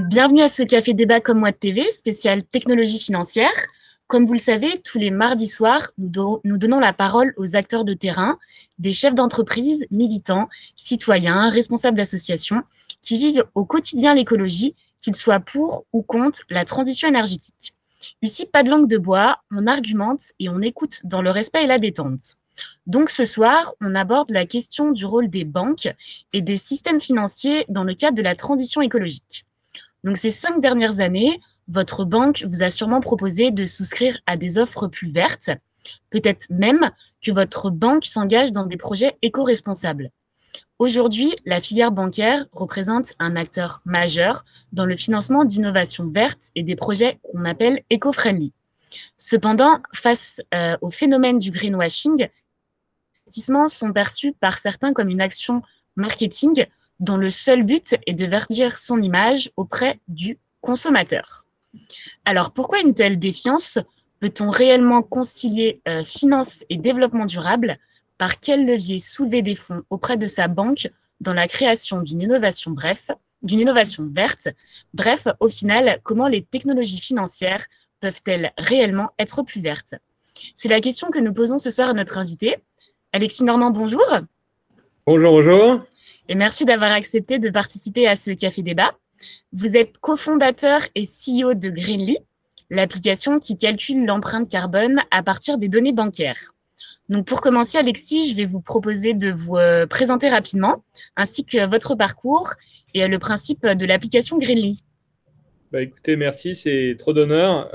Bienvenue à ce Café Débat comme Moi de TV, spécial technologie financière. Comme vous le savez, tous les mardis soirs, nous donnons la parole aux acteurs de terrain, des chefs d'entreprise, militants, citoyens, responsables d'associations, qui vivent au quotidien l'écologie, qu'ils soient pour ou contre la transition énergétique. Ici, pas de langue de bois, on argumente et on écoute dans le respect et la détente. Donc ce soir, on aborde la question du rôle des banques et des systèmes financiers dans le cadre de la transition écologique. Donc ces 5 dernières années, votre banque vous a sûrement proposé de souscrire à des offres plus vertes, peut-être même que votre banque s'engage dans des projets éco-responsables. Aujourd'hui, la filière bancaire représente un acteur majeur dans le financement d'innovations vertes et des projets qu'on appelle éco-friendly. Cependant, face au phénomène du greenwashing, les investissements sont perçus par certains comme une action marketing dont le seul but est de verdir son image auprès du consommateur. Alors, pourquoi une telle défiance? Peut-on réellement concilier finance et développement durable? Par quel levier soulever des fonds auprès de sa banque dans la création d'une innovation verte? Bref, au final, comment les technologies financières peuvent-elles réellement être plus vertes? C'est la question que nous posons ce soir à notre invité. Alexis Normand, bonjour. Bonjour, bonjour. Et merci d'avoir accepté de participer à ce Café Débat. Vous êtes cofondateur et CEO de Greenly, l'application qui calcule l'empreinte carbone à partir des données bancaires. Donc pour commencer, Alexis, je vais vous proposer de vous présenter rapidement, ainsi que votre parcours et le principe de l'application Greenly. Bah, écoutez, merci, c'est trop d'honneur.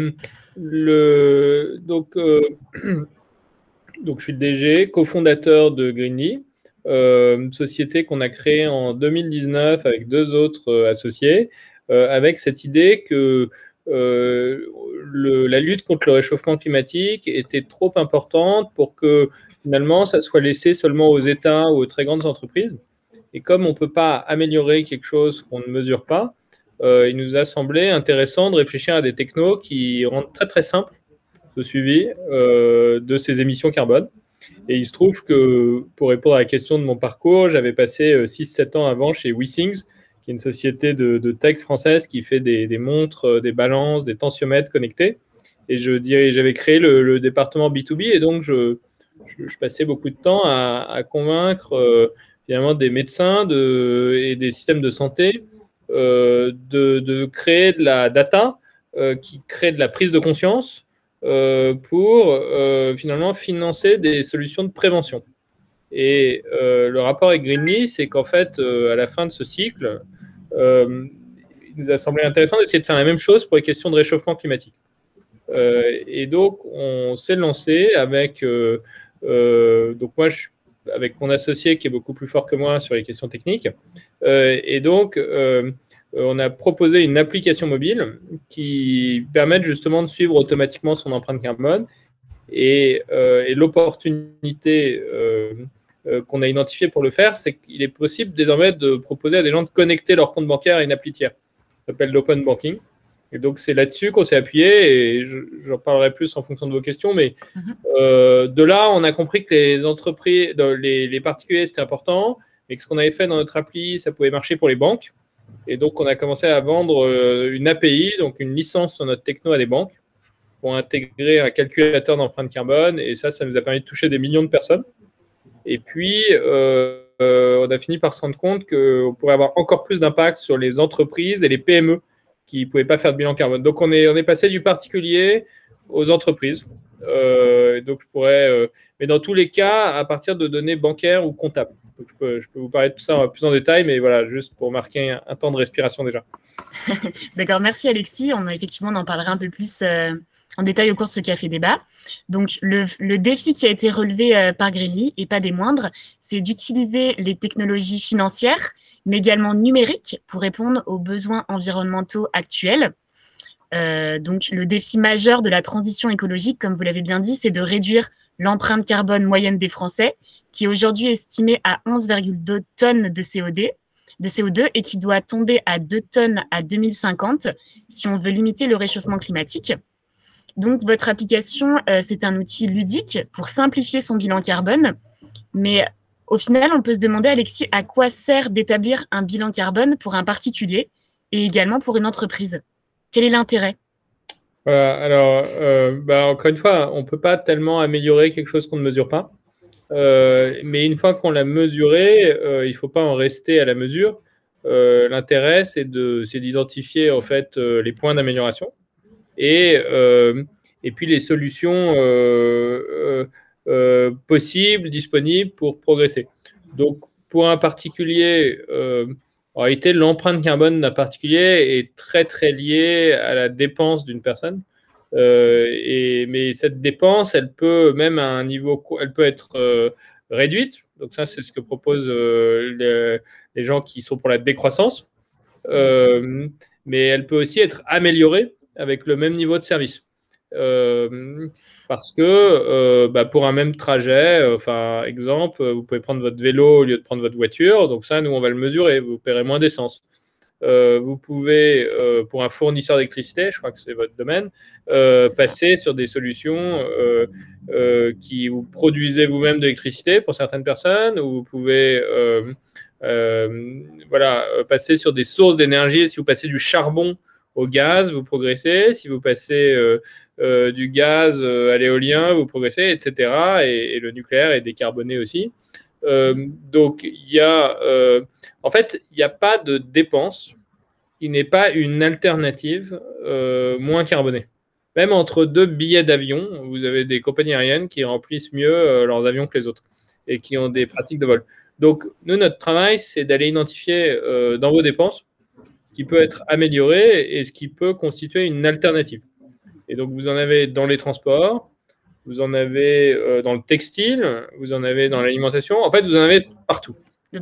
Donc, je suis le DG, cofondateur de Greenly, société qu'on a créée en 2019 avec 2 autres associés, avec cette idée que la lutte contre le réchauffement climatique était trop importante pour que finalement ça soit laissé seulement aux États ou aux très grandes entreprises. Et comme on ne peut pas améliorer quelque chose qu'on ne mesure pas, il nous a semblé intéressant de réfléchir à des technos qui rendent très très simple ce suivi de ces émissions carbone. Et il se trouve que, pour répondre à la question de mon parcours, j'avais passé 6-7 ans avant chez WeThings, qui est une société de tech française qui fait des montres, des balances, des tensiomètres connectés. Et j'avais créé le département B2B, et donc je passais beaucoup de temps à convaincre finalement des médecins et des systèmes de santé de créer de la data qui crée de la prise de conscience pour finalement financer des solutions de prévention. Et le rapport avec Greenly, c'est qu'en fait, à la fin de ce cycle, il nous a semblé intéressant d'essayer de faire la même chose pour les questions de réchauffement climatique. Et donc, on s'est lancé avec... donc moi, je suis avec mon associé qui est beaucoup plus fort que moi sur les questions techniques. Et donc, on a proposé une application mobile qui permet justement de suivre automatiquement son empreinte carbone. Et l'opportunité qu'on a identifiée pour le faire, c'est qu'il est possible désormais de proposer à des gens de connecter leur compte bancaire à une appli tiers. Ça s'appelle l'open banking. Et donc, c'est là-dessus qu'on s'est appuyé, et j'en parlerai plus en fonction de vos questions, mais de là, on a compris que les entreprises, les particuliers, c'était important, et que ce qu'on avait fait dans notre appli, ça pouvait marcher pour les banques. Et donc, on a commencé à vendre une API, donc une licence sur notre techno à des banques, pour intégrer un calculateur d'empreinte carbone, et ça nous a permis de toucher des millions de personnes. Et puis, on a fini par se rendre compte qu'on pourrait avoir encore plus d'impact sur les entreprises et les PME qui ne pouvaient pas faire de bilan carbone. Donc, on est passé du particulier aux entreprises. Donc, mais dans tous les cas, à partir de données bancaires ou comptables. Donc, je peux vous parler de tout ça plus en détail, mais voilà, juste pour marquer un temps de respiration déjà. D'accord, merci Alexis. Effectivement, on en parlera un peu plus en détail au cours de ce Café Débat. Donc, le défi qui a été relevé par Greenly, et pas des moindres, c'est d'utiliser les technologies financières, mais également numériques, pour répondre aux besoins environnementaux actuels. Donc, le défi majeur de la transition écologique, comme vous l'avez bien dit, c'est de réduire l'empreinte carbone moyenne des Français, qui est aujourd'hui estimée à 11,2 tonnes de CO2 et qui doit tomber à 2 tonnes à 2050 si on veut limiter le réchauffement climatique. Donc, votre application, c'est un outil ludique pour simplifier son bilan carbone. Mais au final, on peut se demander, Alexis, à quoi sert d'établir un bilan carbone pour un particulier et également pour une entreprise? Quel est l'intérêt? Voilà, alors, encore une fois, on ne peut pas tellement améliorer quelque chose qu'on ne mesure pas. Mais une fois qu'on l'a mesuré, il ne faut pas en rester à la mesure. L'intérêt, c'est d'identifier en fait les points d'amélioration et puis les solutions possibles, disponibles pour progresser. Donc, pour un particulier, en réalité, l'empreinte carbone d'un particulier est très, très liée à la dépense d'une personne. Mais cette dépense, elle peut même à un niveau, elle peut être réduite. Donc ça, c'est ce que proposent les gens qui sont pour la décroissance. Mais elle peut aussi être améliorée avec le même niveau de service. Parce que pour un même trajet, exemple, vous pouvez prendre votre vélo au lieu de prendre votre voiture. Donc ça, nous, on va le mesurer. Vous paierez moins d'essence. Vous pouvez, pour un fournisseur d'électricité, je crois que c'est votre domaine, passer sur des solutions qui vous produisez vous-même de l'électricité pour certaines personnes, ou vous pouvez passer sur des sources d'énergie. Si vous passez du charbon au gaz, vous progressez. Si vous passez du gaz à l'éolien, vous progressez, etc. Et le nucléaire est décarboné aussi. Donc, en fait, il n'y a pas de dépense qui n'est pas une alternative moins carbonée. Même entre deux billets d'avion, vous avez des compagnies aériennes qui remplissent mieux leurs avions que les autres et qui ont des pratiques de vol. Donc, nous, notre travail, c'est d'aller identifier dans vos dépenses ce qui peut être amélioré et ce qui peut constituer une alternative. Et donc, vous en avez dans les transports, vous en avez dans le textile, vous en avez dans l'alimentation. En fait, vous en avez partout.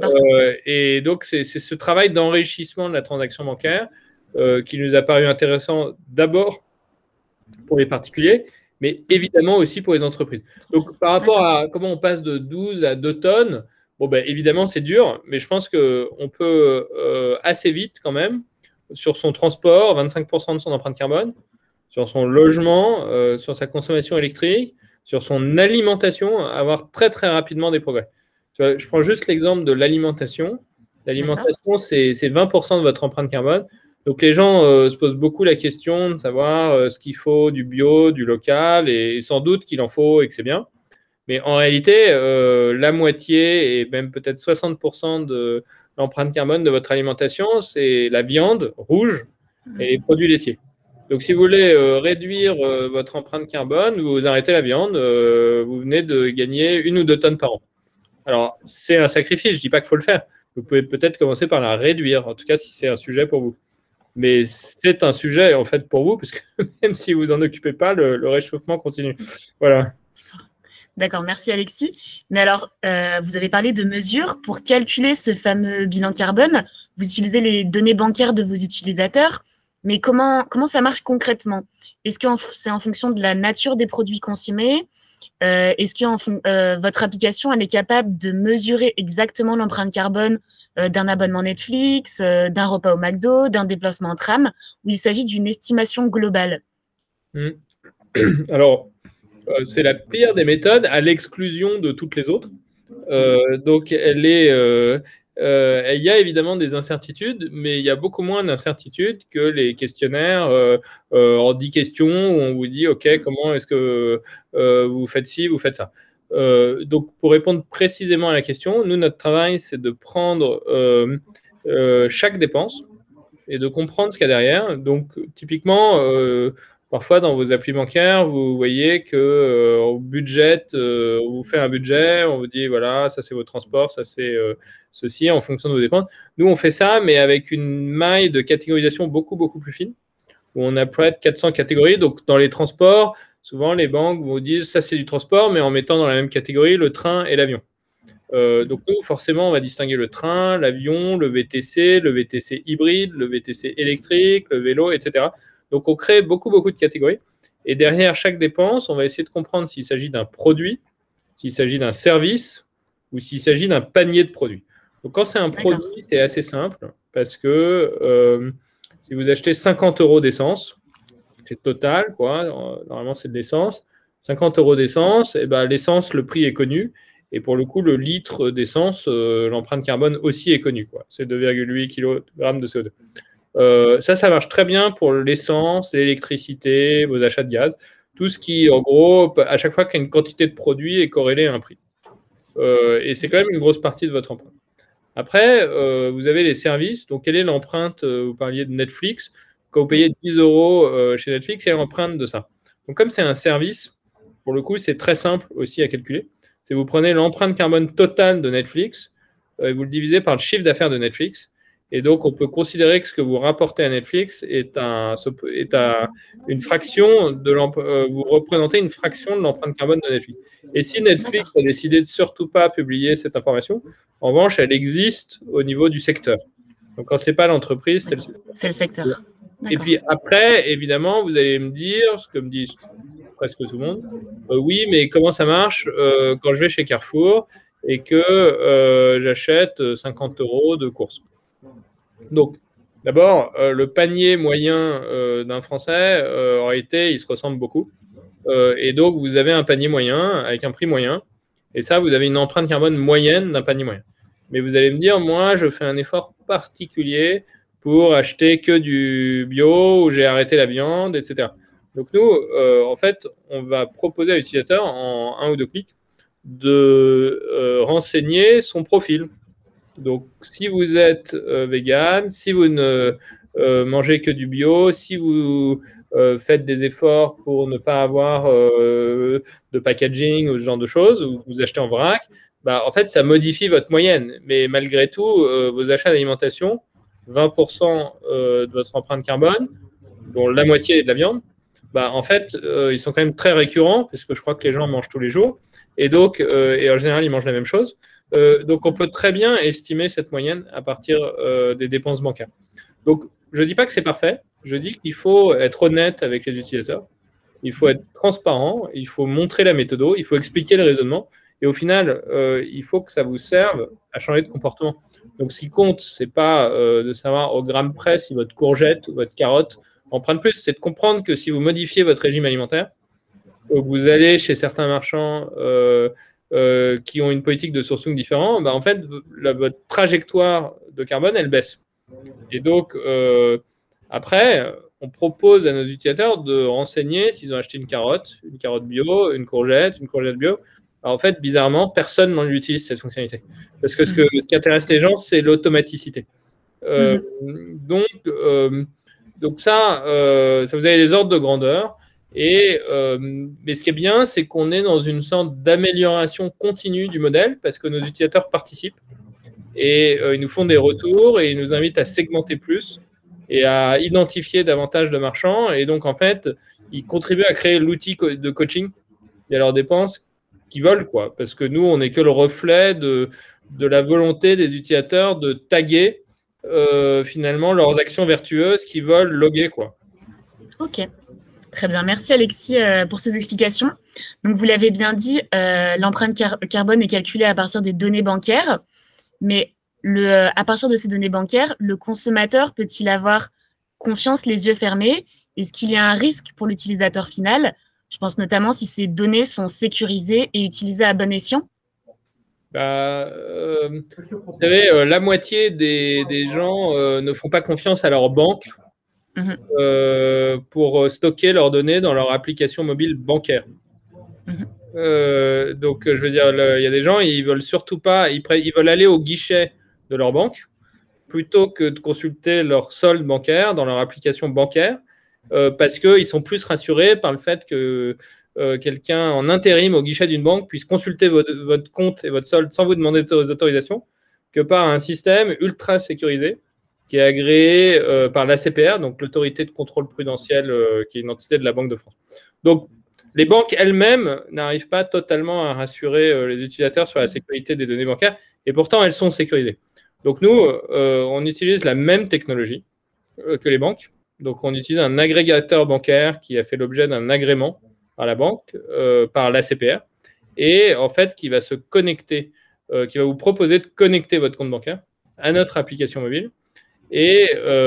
Et donc, c'est ce travail d'enrichissement de la transaction bancaire qui nous a paru intéressant d'abord pour les particuliers, mais évidemment aussi pour les entreprises. Donc, par rapport à comment on passe de 12 à 2 tonnes, évidemment, c'est dur, mais je pense qu'on peut assez vite quand même, sur son transport, 25% de son empreinte carbone, sur son logement, sur sa consommation électrique, sur son alimentation, avoir très, très rapidement des progrès. Je prends juste l'exemple de l'alimentation. L'alimentation, c'est 20% de votre empreinte carbone. Donc, les gens se posent beaucoup la question de savoir ce qu'il faut du bio, du local, et sans doute qu'il en faut et que c'est bien. Mais en réalité, la moitié et même peut-être 60% de l'empreinte carbone de votre alimentation, c'est la viande rouge et les produits laitiers. Donc, si vous voulez réduire votre empreinte carbone, vous arrêtez la viande, vous venez de gagner 1 ou 2 tonnes par an. Alors, c'est un sacrifice, je ne dis pas qu'il faut le faire. Vous pouvez peut-être commencer par la réduire, en tout cas si c'est un sujet pour vous. Mais c'est un sujet, en fait, pour vous, parce que même si vous n'en occupez pas, le réchauffement continue. Voilà. D'accord, merci Alexis. Mais alors, vous avez parlé de mesures. Pour calculer ce fameux bilan carbone, vous utilisez les données bancaires de vos utilisateurs. Mais comment ça marche concrètement? Est-ce que c'est en fonction de la nature des produits consommés? Est-ce que votre application elle est capable de mesurer exactement l'empreinte carbone d'un abonnement Netflix, d'un repas au McDo, d'un déplacement en tram, ou il s'agit d'une estimation globale? Alors, c'est la pire des méthodes à l'exclusion de toutes les autres. Donc, il y a évidemment des incertitudes, mais il y a beaucoup moins d'incertitudes que les questionnaires en 10 questions où on vous dit « Ok, comment est-ce que vous faites ci, vous faites ça ?» Donc, pour répondre précisément à la question, nous, notre travail, c'est de prendre chaque dépense et de comprendre ce qu'il y a derrière. Donc, typiquement, parfois, dans vos applis bancaires, vous voyez qu'on on vous fait un budget, on vous dit, voilà, ça c'est votre transport, ça c'est ceci, en fonction de vos dépenses. Nous, on fait ça, mais avec une maille de catégorisation beaucoup, beaucoup plus fine, où on a près de 400 catégories. Donc, dans les transports, souvent, les banques vous disent, ça c'est du transport, mais en mettant dans la même catégorie le train et l'avion. Donc, nous, forcément, on va distinguer le train, l'avion, le VTC hybride, le VTC électrique, le vélo, etc. Donc, on crée beaucoup, beaucoup de catégories. Et derrière chaque dépense, on va essayer de comprendre s'il s'agit d'un produit, s'il s'agit d'un service ou s'il s'agit d'un panier de produits. Donc, quand c'est un produit, c'est assez simple parce que si vous achetez 50 € d'essence, c'est total, quoi. Normalement, c'est de l'essence. 50 € d'essence, et ben, l'essence, le prix est connu. Et pour le coup, le litre d'essence, l'empreinte carbone aussi est connue, quoi. C'est 2,8 kg de CO2. Ça marche très bien pour l'essence, l'électricité, vos achats de gaz, tout ce qui, en gros, à chaque fois qu'il y a une quantité de produit est corrélée à un prix. Et c'est quand même une grosse partie de votre empreinte. Après, vous avez les services. Donc, quelle est l'empreinte? Vous parliez de Netflix. Quand vous payez 10 € chez Netflix, c'est l'empreinte de ça. Donc, comme c'est un service, pour le coup, c'est très simple aussi à calculer. C'est vous prenez l'empreinte carbone totale de Netflix et vous le divisez par le chiffre d'affaires de Netflix. Et donc, on peut considérer que ce que vous rapportez à Netflix est une fraction de vous représentez une fraction de l'empreinte carbone de Netflix. Et si Netflix a décidé de surtout pas publier cette information, en revanche, elle existe au niveau du secteur. Donc, quand ce n'est pas l'entreprise, c'est le secteur. C'est le secteur. Et puis après, évidemment, vous allez me dire, ce que me disent presque tout le monde, oui, mais comment ça marche quand je vais chez Carrefour et que j'achète 50 € de courses? Donc, d'abord, le panier moyen d'un Français, en réalité, il se ressemble beaucoup. Et donc, vous avez un panier moyen avec un prix moyen. Et ça, vous avez une empreinte carbone moyenne d'un panier moyen. Mais vous allez me dire, moi, je fais un effort particulier pour acheter que du bio, ou j'ai arrêté la viande, etc. Donc, nous, en fait, on va proposer à l'utilisateur, en 1 ou 2 clics, de renseigner son profil. Donc, si vous êtes vegan, si vous ne mangez que du bio, si vous faites des efforts pour ne pas avoir de packaging ou ce genre de choses, ou vous achetez en vrac, bah, en fait, ça modifie votre moyenne. Mais malgré tout, vos achats d'alimentation, 20% de votre empreinte carbone, dont la moitié est de la viande, bah, en fait, ils sont quand même très récurrents, parce que je crois que les gens mangent tous les jours. Et donc, et en général, ils mangent la même chose. Donc, on peut très bien estimer cette moyenne à partir des dépenses bancaires. Donc, je ne dis pas que c'est parfait. Je dis qu'il faut être honnête avec les utilisateurs. Il faut être transparent. Il faut montrer la méthode. Il faut expliquer le raisonnement. Et au final, il faut que ça vous serve à changer de comportement. Donc, ce qui compte, ce n'est pas de savoir au gramme près si votre courgette ou votre carotte emprunte plus. C'est de comprendre que si vous modifiez votre régime alimentaire, que vous allez chez certains marchands qui ont une politique de sourcing différente, bah, en fait, votre trajectoire de carbone, elle baisse. Et donc, après, on propose à nos utilisateurs de renseigner s'ils ont acheté une carotte bio, une courgette bio. Alors, en fait, bizarrement, personne n'en utilise cette fonctionnalité. Parce que ce qui intéresse les gens, c'est l'automaticité. Donc ça, vous avez des ordres de grandeur. Mais ce qui est bien, c'est qu'on est dans une sorte d'amélioration continue du modèle parce que nos utilisateurs participent et ils nous font des retours et ils nous invitent à segmenter plus et à identifier davantage de marchands. Et donc, en fait, ils contribuent à créer l'outil de coaching et à leurs dépenses qui volent, quoi. Parce que nous, on n'est que le reflet de la volonté des utilisateurs de taguer finalement leurs actions vertueuses qui veulent loguer, quoi. Ok. Très bien, merci Alexis pour ces explications. Donc vous l'avez bien dit, l'empreinte carbone est calculée à partir des données bancaires, mais à partir de ces données bancaires, le consommateur peut-il avoir confiance les yeux fermés? Est-ce qu'il y a un risque pour l'utilisateur final? Je pense notamment si ces données sont sécurisées et utilisées à bon escient. Vous savez, la moitié des gens ne font pas confiance à leur banque pour stocker leurs données dans leur application mobile bancaire. Donc, je veux dire, il y a des gens, ils veulent surtout pas, ils veulent aller au guichet de leur banque plutôt que de consulter leur solde bancaire dans leur application bancaire parce qu'ils sont plus rassurés par le fait que quelqu'un en intérim au guichet d'une banque puisse consulter votre compte et votre solde sans vous demander d'autorisation que par un système ultra sécurisé qui est agréé par l'ACPR, donc l'autorité de contrôle prudentiel, qui est une entité de la Banque de France. Donc, les banques elles-mêmes n'arrivent pas totalement à rassurer les utilisateurs sur la sécurité des données bancaires, et pourtant elles sont sécurisées. Donc nous, on utilise la même technologie que les banques. Donc on utilise un agrégateur bancaire qui a fait l'objet d'un agrément par la banque, par l'ACPR, et en fait qui va se connecter, qui va vous proposer de connecter votre compte bancaire à notre application mobile. Et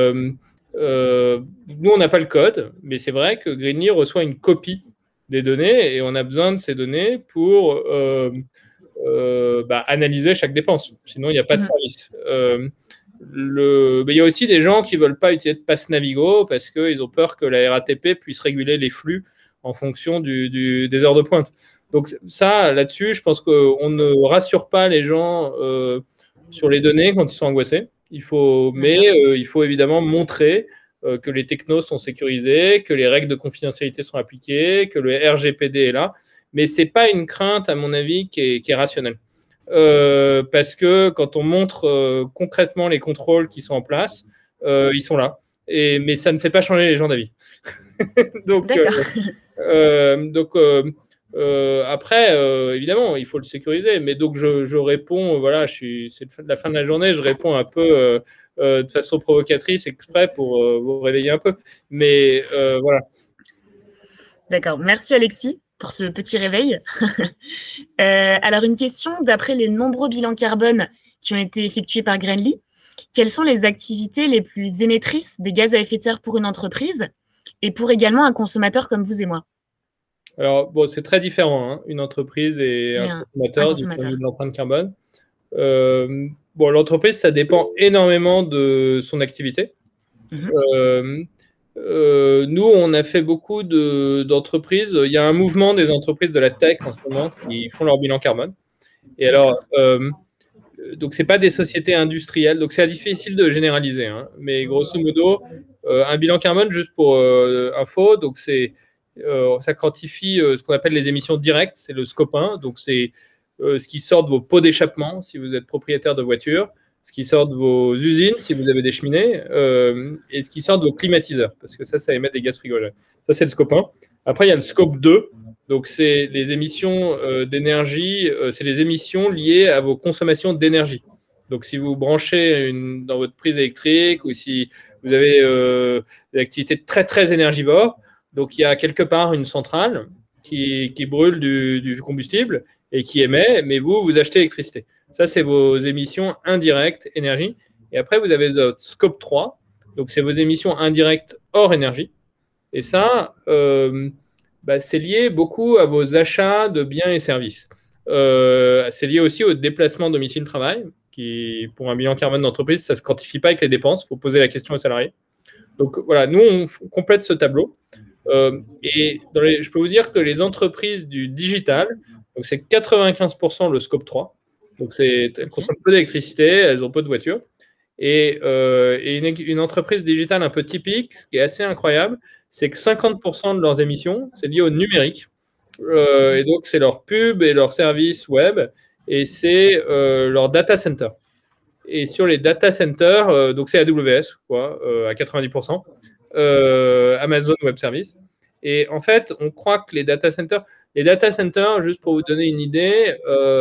nous, on n'a pas le code, mais c'est vrai que Greenly reçoit une copie des données et on a besoin de ces données pour analyser chaque dépense. Sinon, il n'y a pas de service. Mais il y a aussi des gens qui ne veulent pas utiliser de passe Navigo parce qu'ils ont peur que la RATP puisse réguler les flux en fonction des heures de pointe. Donc ça, là-dessus, je pense qu'on ne rassure pas les gens sur les données quand ils sont angoissés. Il faut évidemment montrer que les technos sont sécurisés, que les règles de confidentialité sont appliquées, que le RGPD est là. Mais ce n'est pas une crainte, à mon avis, qui est rationnelle. Parce que quand on montre concrètement les contrôles qui sont en place, ils sont là. Mais ça ne fait pas changer les gens d'avis. donc, après, évidemment, il faut le sécuriser. Mais donc, je réponds, voilà, c'est la fin de la journée, je réponds un peu de façon provocatrice, exprès pour vous réveiller un peu. Mais voilà. D'accord. Merci, Alexis, pour ce petit réveil. Alors, une question. D'après les nombreux bilans carbone qui ont été effectués par Greenly, quelles sont les activités les plus émettrices des gaz à effet de serre pour une entreprise et pour également un consommateur comme vous et moi? Alors, bon, c'est très différent, hein, une entreprise et un consommateur du point de vue de l'empreinte carbone. Bon, l'entreprise, ça dépend énormément de son activité. Nous, on a fait beaucoup d'entreprises. Il y a un mouvement des entreprises de la tech en ce moment qui font leur bilan carbone. Et alors, donc, ce n'est pas des sociétés industrielles. Donc, c'est difficile de généraliser. Hein, mais grosso modo, un bilan carbone, juste pour info, donc ça quantifie ce qu'on appelle les émissions directes. C'est le scope 1. Donc, c'est ce qui sort de vos pots d'échappement si vous êtes propriétaire de voiture, ce qui sort de vos usines si vous avez des cheminées, et ce qui sort de vos climatiseurs, parce que ça émet des gaz frigorigènes. Ça, c'est le scope 1. Après, il y a le scope 2. Donc, c'est les émissions d'énergie, c'est les émissions liées à vos consommations d'énergie. Donc, si vous branchez dans votre prise électrique ou si vous avez des activités très, très énergivores, donc il y a quelque part une centrale qui brûle du combustible et qui émet, mais vous achetez l'électricité. Ça, c'est vos émissions indirectes énergie. Et après, vous avez le scope 3. Donc, c'est vos émissions indirectes hors énergie. Et ça, c'est lié beaucoup à vos achats de biens et services. C'est lié aussi au déplacement domicile-travail, qui, pour un bilan carbone d'entreprise, ça ne se quantifie pas avec les dépenses. Il faut poser la question aux salariés. Donc voilà, nous, on complète ce tableau. Et je peux vous dire que les entreprises du digital, donc c'est 95% le scope 3. Donc elles consomment peu d'électricité, elles ont peu de voitures. Et une entreprise digitale un peu typique, ce qui est assez incroyable, c'est que 50% de leurs émissions, c'est lié au numérique. Et donc, c'est leur pub et leurs services web, et c'est leur data center. Et sur les data centers, donc c'est AWS, quoi, à 90%, Amazon Web Services. Et en fait, on croit que les data centers, juste pour vous donner une idée,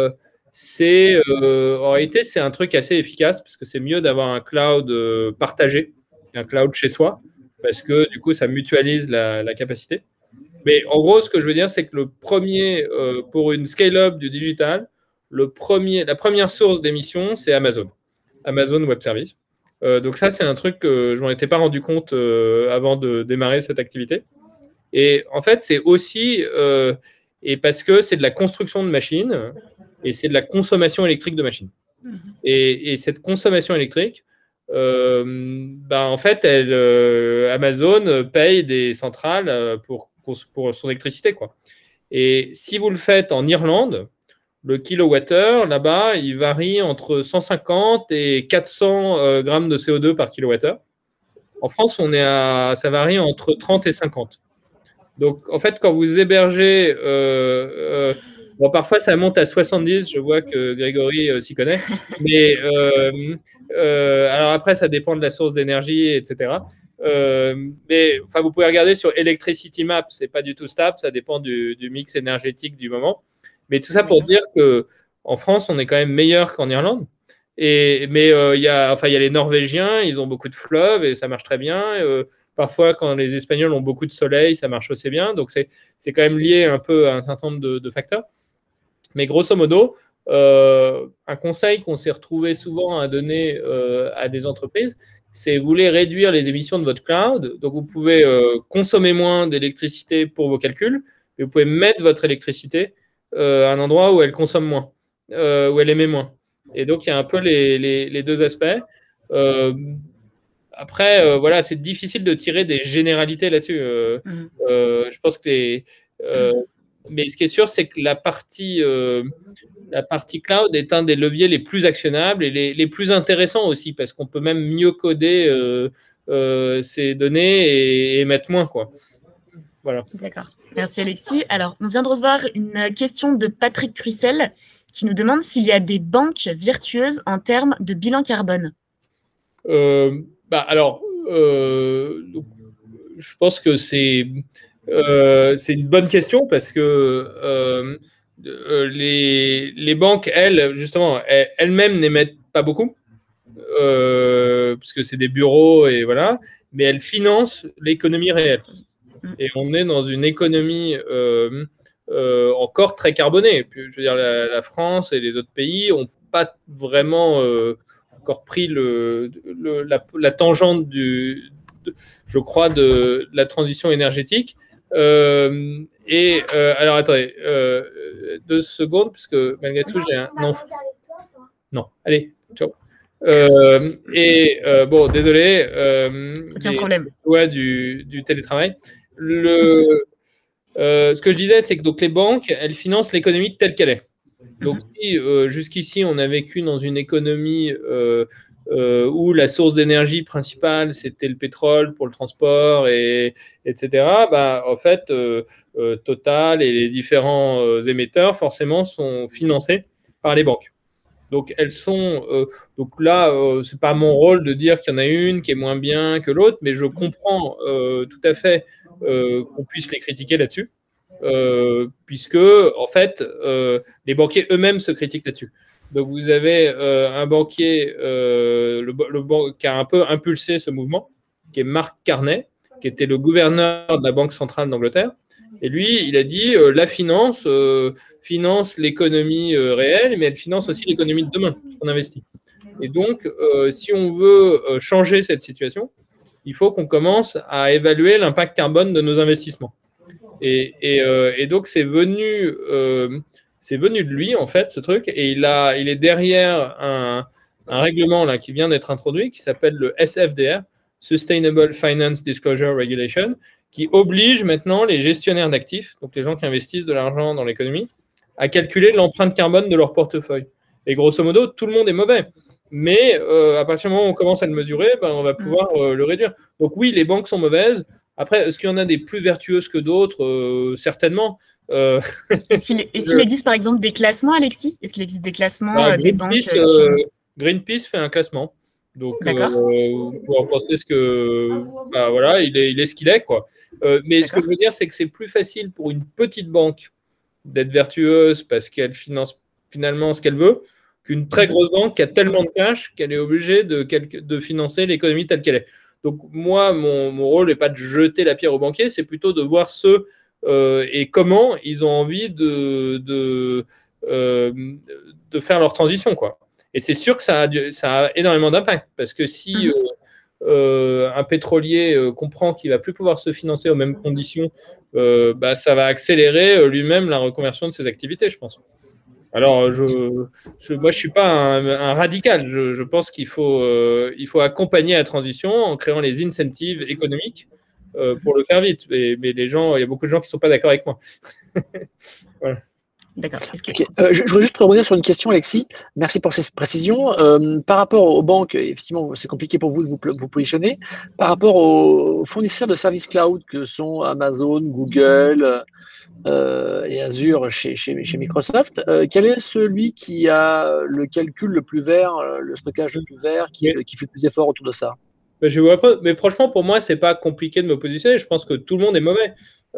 en réalité, c'est un truc assez efficace parce que c'est mieux d'avoir un cloud partagé, un cloud chez soi, parce que du coup, ça mutualise la capacité. Mais en gros, ce que je veux dire, c'est que le premier, pour une scale-up du digital, la première source d'émissions, c'est Amazon Web Services. Donc ça, c'est un truc que je m'en étais pas rendu compte avant de démarrer cette activité. Et en fait, c'est aussi et parce que c'est de la construction de machines et c'est de la consommation électrique de machines. Et cette consommation électrique, en fait, Amazon paye des centrales pour son électricité, quoi. Et si vous le faites en Irlande, le kilowattheure, là-bas, il varie entre 150 et 400 grammes de CO2 par kilowattheure. En France, ça varie entre 30 et 50. Donc, en fait, quand vous hébergez, parfois ça monte à 70, je vois que Grégory s'y connaît, mais alors après, ça dépend de la source d'énergie, etc. Mais vous pouvez regarder sur Electricity Map, c'est pas du tout stable, ça dépend du mix énergétique du moment. Mais tout ça pour dire qu'en France, on est quand même meilleur qu'en Irlande. Mais il y a les Norvégiens, ils ont beaucoup de fleuves et ça marche très bien. Parfois, quand les Espagnols ont beaucoup de soleil, ça marche aussi bien. Donc, c'est quand même lié un peu à un certain nombre de facteurs. Mais grosso modo, un conseil qu'on s'est retrouvé souvent à donner à des entreprises, c'est vous voulez réduire les émissions de votre cloud. Donc, vous pouvez consommer moins d'électricité pour vos calculs, mais vous pouvez mettre votre électricité à un endroit où elle consomme moins, où elle émet moins. Et donc, il y a un peu les deux aspects. Après, voilà, c'est difficile de tirer des généralités là-dessus. Je pense que mais ce qui est sûr, c'est que la partie cloud est un des leviers les plus actionnables et les plus intéressants aussi, parce qu'on peut même mieux coder ces données et mettre moins, quoi. Voilà. D'accord. Merci Alexis. Alors, on vient de recevoir une question de Patrick Cruissel qui nous demande s'il y a des banques vertueuses en termes de bilan carbone. Alors, donc, je pense que c'est une bonne question parce que les banques, elles, justement, elles-mêmes n'émettent pas beaucoup, parce que c'est des bureaux et voilà, mais elles financent l'économie réelle. Et on est dans une économie encore très carbonée. Puis, je veux dire, la France et les autres pays n'ont pas vraiment encore pris la tangente je crois, de la transition énergétique. Alors, attendez, 2 secondes, parce que malgré tout, j'ai un enfant. Non, allez, ciao. Bon, désolé. Aucun problème. Ouais, du télétravail. Ce que je disais, c'est que donc, les banques, elles financent l'économie telle qu'elle est. Donc, si jusqu'ici, on a vécu dans une économie où la source d'énergie principale, c'était le pétrole pour le transport, etc., en fait, Total et les différents émetteurs, forcément, sont financés par les banques. Donc, elles sont. Donc là, c'est pas mon rôle de dire qu'il y en a une qui est moins bien que l'autre, mais je comprends tout à fait qu'on puisse les critiquer là-dessus, puisque, en fait, les banquiers eux-mêmes se critiquent là-dessus. Donc, vous avez un banquier qui a un peu impulsé ce mouvement, qui est Mark Carney, qui était le gouverneur de la Banque centrale d'Angleterre. Et lui, il a dit la finance finance l'économie réelle, mais elle finance aussi l'économie de demain, ce qu'on investit. Et donc, si on veut changer cette situation, il faut qu'on commence à évaluer l'impact carbone de nos investissements. Et donc, c'est venu de lui, en fait, ce truc, et il est derrière un règlement là, qui vient d'être introduit, qui s'appelle le SFDR, Sustainable Finance Disclosure Regulation, qui oblige maintenant les gestionnaires d'actifs, donc les gens qui investissent de l'argent dans l'économie, à calculer l'empreinte carbone de leur portefeuille. Et grosso modo, tout le monde est mauvais. Mais à partir du moment où on commence à le mesurer, on va pouvoir le réduire. Donc oui, les banques sont mauvaises. Après, est-ce qu'il y en a des plus vertueuses que d'autres Certainement. Est-ce qu'il existe par exemple des classements, Alexis? Est-ce qu'il existe des classements des banques Greenpeace fait un classement. Donc, vous en pensez ce que. Voilà, il est ce qu'il est, quoi. Mais ce que je veux dire, c'est que c'est plus facile pour une petite banque d'être vertueuse parce qu'elle finance finalement ce qu'elle veut qu'une très grosse banque qui a tellement de cash qu'elle est obligée de financer l'économie telle qu'elle est. Donc, moi, mon rôle n'est pas de jeter la pierre aux banquiers, c'est plutôt de voir ceux et comment ils ont envie de faire leur transition, quoi. Et c'est sûr que ça a énormément d'impact, parce que si un pétrolier comprend qu'il ne va plus pouvoir se financer aux mêmes conditions, ça va accélérer lui-même la reconversion de ses activités, je pense. Alors, moi, je ne suis pas un radical. Je pense qu'il faut accompagner la transition en créant les incentives économiques pour le faire vite. Mais les gens, il y a beaucoup de gens qui ne sont pas d'accord avec moi. Voilà. D'accord. Okay. Je voudrais juste rebondir sur une question, Alexis. Merci pour ces précisions. Par rapport aux banques, effectivement, c'est compliqué pour vous de vous positionner. Par rapport aux fournisseurs de services cloud que sont Amazon, Google et Azure chez Microsoft, quel est celui qui a le calcul le plus vert, le stockage le plus vert, qui fait le plus d'efforts autour de ça? Je vois pas, mais franchement, pour moi, c'est pas compliqué de me positionner. Je pense que tout le monde est mauvais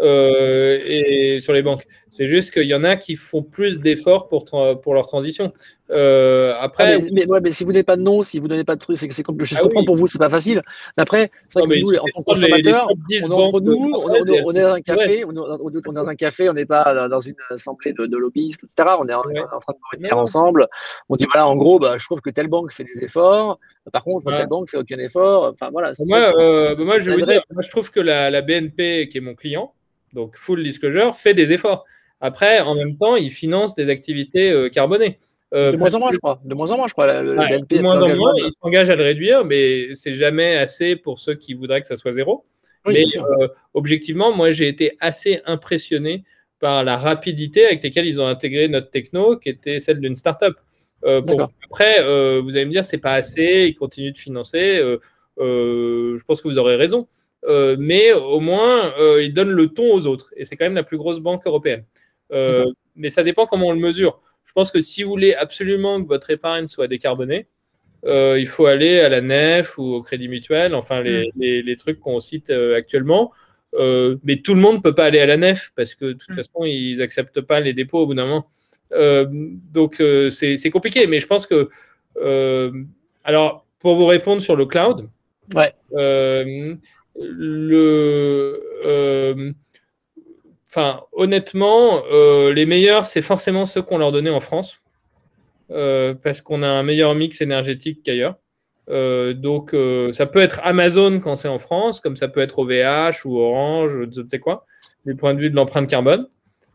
et sur les banques. C'est juste qu'il y en a qui font plus d'efforts pour leur transition. Après, mais si vous n'avez pas de nom, si vous ne donnez pas de trucs, c'est compliqué. Je comprends pour vous, c'est pas facile. Mais après, c'est vrai que nous, en tant que consommateurs, on est entre nous, on est dans un café, on est dans un café, on n'est pas dans une assemblée de lobbyistes, etc. On est en train de réunir ensemble. On dit voilà, en gros, je trouve que telle banque fait des efforts. Par contre, telle banque fait aucun effort. Enfin voilà. Moi, je vais vous dire, je trouve que la BNP, qui est mon client, donc full disclosure, fait des efforts. Après, en même temps, ils financent des activités carbonées. De moins en moins, je crois. De moins en moins, je crois. Le BNP de a fait moins en l'engagement moins, ils s'engagent à le réduire, mais c'est jamais assez pour ceux qui voudraient que ça soit zéro. Oui, Mais bien sûr. objectivement, moi, j'ai été assez impressionné par la rapidité avec laquelle ils ont intégré notre techno, qui était celle d'une startup. D'accord. Après, vous allez me dire, c'est pas assez, ils continuent de financer. Je pense que vous aurez raison. Mais au moins, ils donnent le ton aux autres. Et c'est quand même la plus grosse banque européenne. Mais ça dépend comment on le mesure. Je pense que si vous voulez absolument que votre épargne soit décarbonée, il faut aller à la Nef ou au Crédit Mutuel, enfin les trucs qu'on cite actuellement. Mais tout le monde ne peut pas aller à la Nef parce que de toute façon, ils n'acceptent pas les dépôts au bout d'un moment. Donc, c'est compliqué. Mais je pense que... alors, pour vous répondre sur le cloud, Ouais. Honnêtement, les meilleurs, c'est forcément ceux qu'on leur donnait en France. Parce qu'on a un meilleur mix énergétique qu'ailleurs. Donc, ça peut être Amazon quand c'est en France, comme ça peut être OVH ou Orange, je ne sais quoi, du point de vue de l'empreinte carbone.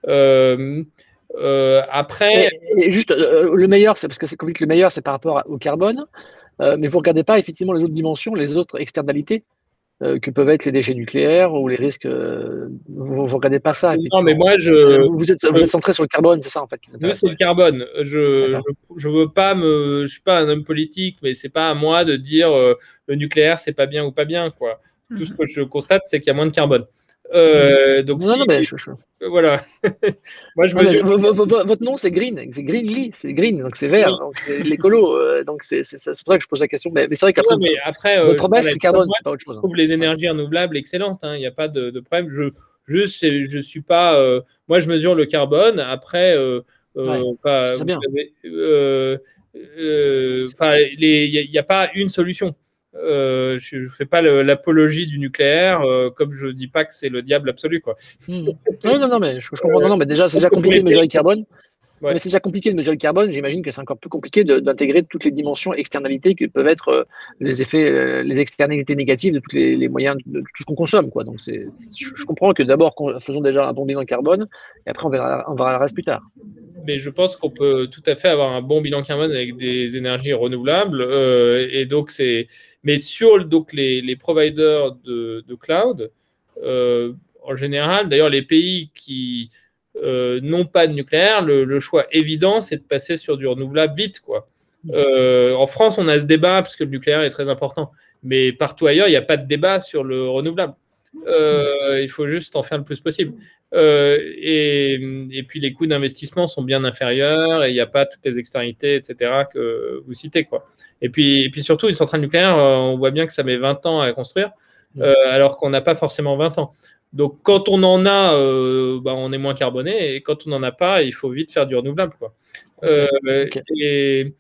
Après. Et juste, le meilleur, c'est parce que c'est comme le meilleur, c'est par rapport au carbone, mais vous ne regardez pas effectivement les autres dimensions, les autres externalités que peuvent être les déchets nucléaires ou les risques. Vous ne regardez pas ça, Non, mais effectivement. moi, Vous êtes centré sur le carbone, c'est ça, en fait, qui vous nous, intéresse. c'est le carbone. Je veux pas je suis pas un homme politique, mais c'est pas à moi de dire le nucléaire, c'est pas bien ou pas bien, quoi. Tout ce que je constate, c'est qu'il y a moins de carbone. Donc, Non, mais voilà. Moi, je non, mais mesure. votre nom, c'est Green, c'est Greenly, c'est green, donc c'est vert, donc c'est l'écolo. Donc c'est pour ça que je pose la question. Mais c'est vrai qu'après, Non, mais après, votre promesse, c'est le carbone, moi, c'est pas autre chose. je trouve les énergies renouvelables excellentes. Il n'y a pas de problème. Je suis pas. Moi, je mesure le carbone. Après, Ouais, c'est vous bien. savez, il n'y a pas une solution. Je ne fais pas l'apologie du nucléaire, comme je ne dis pas que c'est le diable absolu, quoi. Non, mais je comprends. Non, mais déjà, c'est déjà compliqué de mesurer le carbone. Ouais. Mais c'est déjà compliqué de mesurer le carbone. J'imagine que c'est encore plus compliqué d'intégrer toutes les dimensions externalités que peuvent être les effets, les externalités négatives de tous les moyens, de tout ce qu'on consomme, quoi. Donc, je comprends que d'abord, faisons déjà un bon bilan carbone, et après, on verra le reste plus tard. Mais je pense qu'on peut tout à fait avoir un bon bilan carbone avec des énergies renouvelables. Et donc, mais sur donc, les providers de cloud, en général, d'ailleurs, les pays qui n'ont pas de nucléaire, le choix évident, c'est de passer sur du renouvelable vite, quoi. En France, on a ce débat parce que le nucléaire est très important. Mais partout ailleurs, il n'y a pas de débat sur le renouvelable. Il faut juste en faire le plus possible. Et puis les coûts d'investissement sont bien inférieurs et il n'y a pas toutes les externalités, etc., que vous citez, quoi. Et puis surtout, une centrale nucléaire, on voit bien que ça met 20 ans à construire, alors qu'on n'a pas forcément 20 ans. Donc quand on en a, on est moins carboné, et quand on n'en a pas, il faut vite faire du renouvelable, quoi. Okay.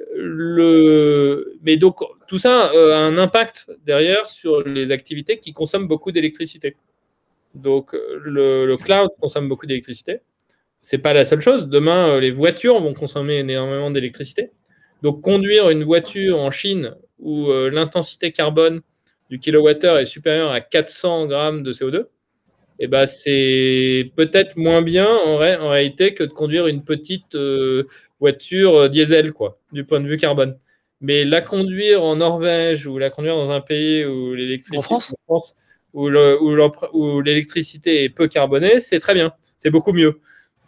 Mais donc tout ça a un impact derrière sur les activités qui consomment beaucoup d'électricité. Donc, le cloud consomme beaucoup d'électricité. Ce n'est pas la seule chose. Demain, les voitures vont consommer énormément d'électricité. Donc, conduire une voiture en Chine où l'intensité carbone du kilowattheure est supérieure à 400 grammes de CO2, eh ben, c'est peut-être moins bien en réalité que de conduire une petite voiture diesel, quoi, du point de vue carbone. Mais la conduire en Norvège ou la conduire dans un pays où l'électricité en France où l'électricité est peu carbonée, c'est très bien, c'est beaucoup mieux.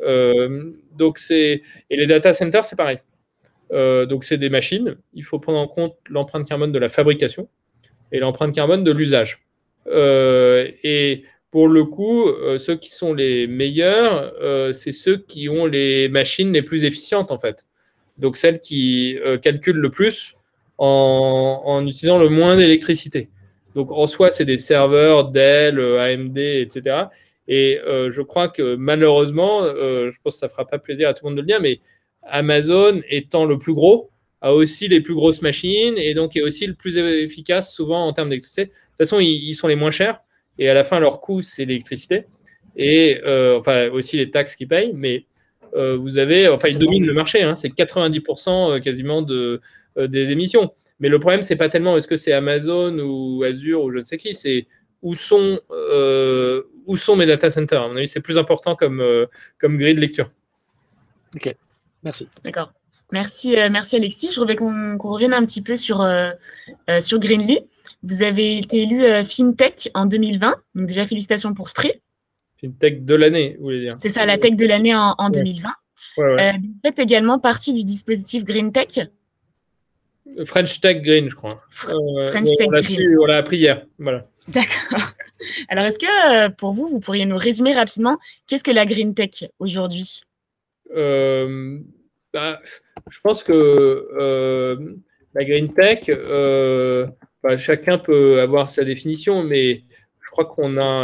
Et les data centers, c'est pareil. Donc c'est des machines, il faut prendre en compte l'empreinte carbone de la fabrication et l'empreinte carbone de l'usage. Et pour le coup, ceux qui sont les meilleurs, c'est ceux qui ont les machines les plus efficientes, en fait. Donc celles qui calculent le plus en utilisant le moins d'électricité. Donc en soi, c'est des serveurs Dell, AMD, etc. Et je crois que malheureusement, je pense que ça ne fera pas plaisir à tout le monde de le dire, mais Amazon étant le plus gros, a aussi les plus grosses machines et donc est aussi le plus efficace souvent en termes d'électricité. De toute façon, ils sont les moins chers et à la fin, leur coût, c'est l'électricité et aussi les taxes qu'ils payent, mais ils dominent le marché, hein, c'est 90% quasiment des émissions. Mais le problème, c'est pas tellement est-ce que c'est Amazon ou Azure ou je ne sais qui, c'est où sont mes data centers. À mon avis, c'est plus important comme grille de lecture. Ok, merci. D'accord. Merci, merci Alexis. Je voudrais qu'on revienne un petit peu sur Greenly. Vous avez été élu FinTech en 2020, donc déjà félicitations pour ce prix. FinTech de l'année, vous voulez dire? C'est ça, la tech de l'année en 2020. Ouais. Vous faites également partie du dispositif Green Tech. French Tech Green, je crois. French Tech Green. On l'a appris hier. Voilà. D'accord. Alors, est-ce que pour vous pourriez nous résumer rapidement qu'est-ce que la Green Tech aujourd'hui? Je pense que la Green Tech, chacun peut avoir sa définition, mais je crois qu'on a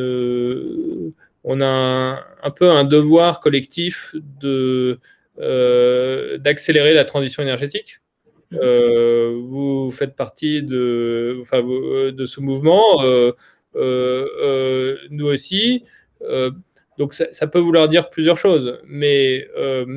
un peu un devoir collectif d'accélérer la transition énergétique. Vous faites partie de ce mouvement, nous aussi. Donc ça peut vouloir dire plusieurs choses, mais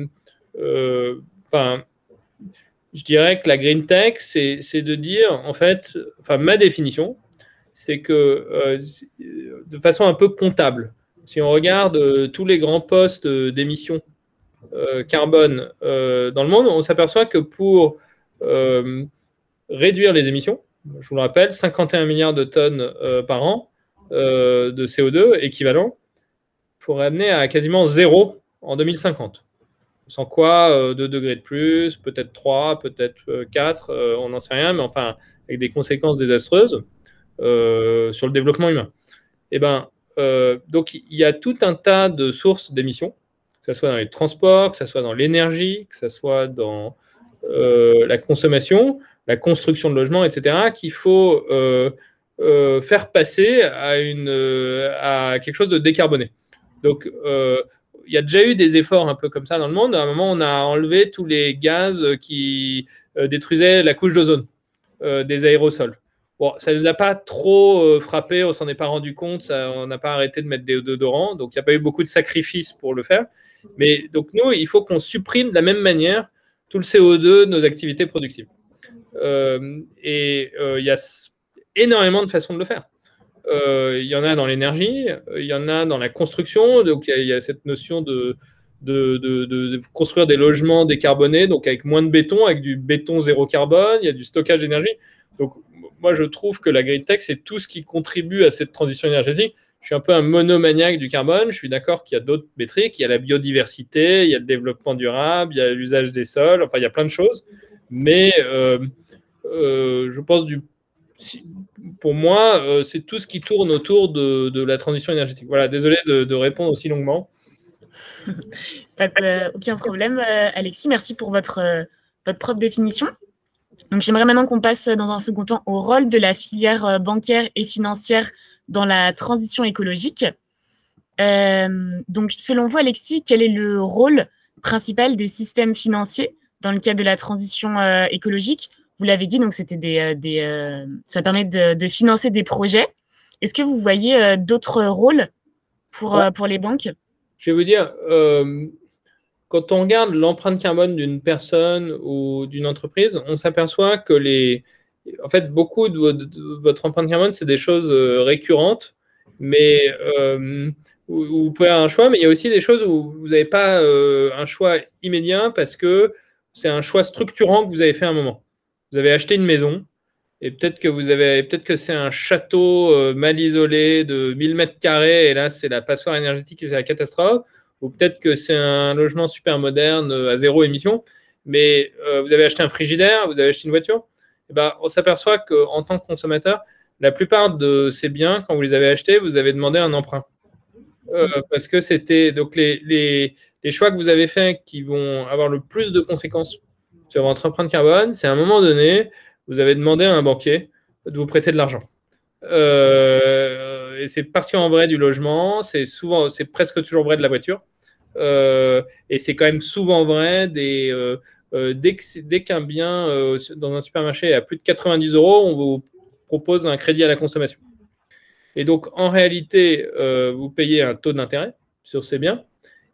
je dirais que la green tech, c'est de dire, en fait, ma définition, c'est que de façon un peu comptable, si on regarde tous les grands postes d'émissions carbone dans le monde, on s'aperçoit que pour réduire les émissions, je vous le rappelle, 51 milliards de tonnes par an de CO2 équivalent, il faudrait amener à quasiment zéro en 2050. Sans quoi 2 degrés de plus, peut-être 3, peut-être 4, on n'en sait rien, mais enfin, avec des conséquences désastreuses sur le développement humain. Donc, il y a tout un tas de sources d'émissions, que ce soit dans les transports, que ce soit dans l'énergie, que ce soit dans la consommation, la construction de logements, etc., qu'il faut faire passer à quelque chose de décarboné. Donc, il y a déjà eu des efforts un peu comme ça dans le monde. À un moment, on a enlevé tous les gaz qui détruisaient la couche d'ozone, des aérosols. Bon, ça ne nous a pas trop frappé, on ne s'en est pas rendu compte, on n'a pas arrêté de mettre des déodorants, donc il n'y a pas eu beaucoup de sacrifices pour le faire. Mais donc nous, il faut qu'on supprime de la même manière tout le CO2 de nos activités productives. Il y a énormément de façons de le faire. Il y en a dans l'énergie, il y en a dans la construction, donc il y a cette notion de construire des logements décarbonés, donc avec moins de béton, avec du béton zéro carbone, il y a du stockage d'énergie. Donc moi je trouve que la green tech, c'est tout ce qui contribue à cette transition énergétique. Je suis un peu un monomaniaque du carbone, je suis d'accord qu'il y a d'autres métriques, il y a la biodiversité, il y a le développement durable, il y a l'usage des sols, enfin il y a plein de choses, mais je pense pour moi, c'est tout ce qui tourne autour de la transition énergétique. Voilà, désolé de répondre aussi longuement. Aucun problème, Alexis. Merci pour votre propre définition. Donc, j'aimerais maintenant qu'on passe dans un second temps au rôle de la filière bancaire et financière dans la transition écologique. Donc, selon vous, Alexis, quel est le rôle principal des systèmes financiers dans le cadre de la transition écologique? Vous l'avez dit, donc c'était ça permet de financer des projets. Est-ce que vous voyez d'autres rôles pour les banques? Je vais vous dire, quand on regarde l'empreinte carbone d'une personne ou d'une entreprise, on s'aperçoit que en fait, beaucoup de votre empreinte carbone, c'est des choses récurrentes, mais où vous pouvez avoir un choix, mais il y a aussi des choses où vous n'avez pas un choix immédiat parce que c'est un choix structurant que vous avez fait à un moment. Vous avez acheté une maison et peut-être que c'est un château mal isolé de 1000 mètres carrés et là, c'est la passoire énergétique et c'est la catastrophe. Ou peut-être que c'est un logement super moderne à zéro émission, mais vous avez acheté un frigidaire, vous avez acheté une voiture. Et on s'aperçoit qu'en tant que consommateur, la plupart de ces biens, quand vous les avez achetés, vous avez demandé un emprunt. Parce que c'était donc les choix que vous avez faits qui vont avoir le plus de conséquences sur votre empreinte carbone, c'est à un moment donné, vous avez demandé à un banquier de vous prêter de l'argent. Et c'est particulièrement vrai du logement, c'est presque toujours vrai de la voiture. Et c'est quand même souvent vrai dès qu'un bien dans un supermarché est à plus de 90 €, on vous propose un crédit à la consommation. Et donc, en réalité, vous payez un taux d'intérêt sur ces biens.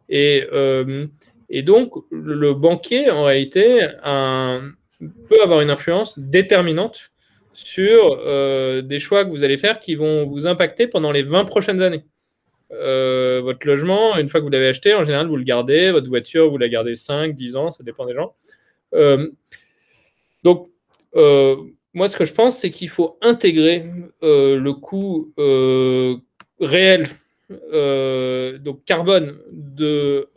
Et donc, le banquier, en réalité, peut avoir une influence déterminante sur des choix que vous allez faire qui vont vous impacter pendant les 20 prochaines années. Votre logement, une fois que vous l'avez acheté, en général, vous le gardez. Votre voiture, vous la gardez 5, 10 ans, ça dépend des gens. Donc, moi, ce que je pense, c'est qu'il faut intégrer le coût réel, donc carbone, de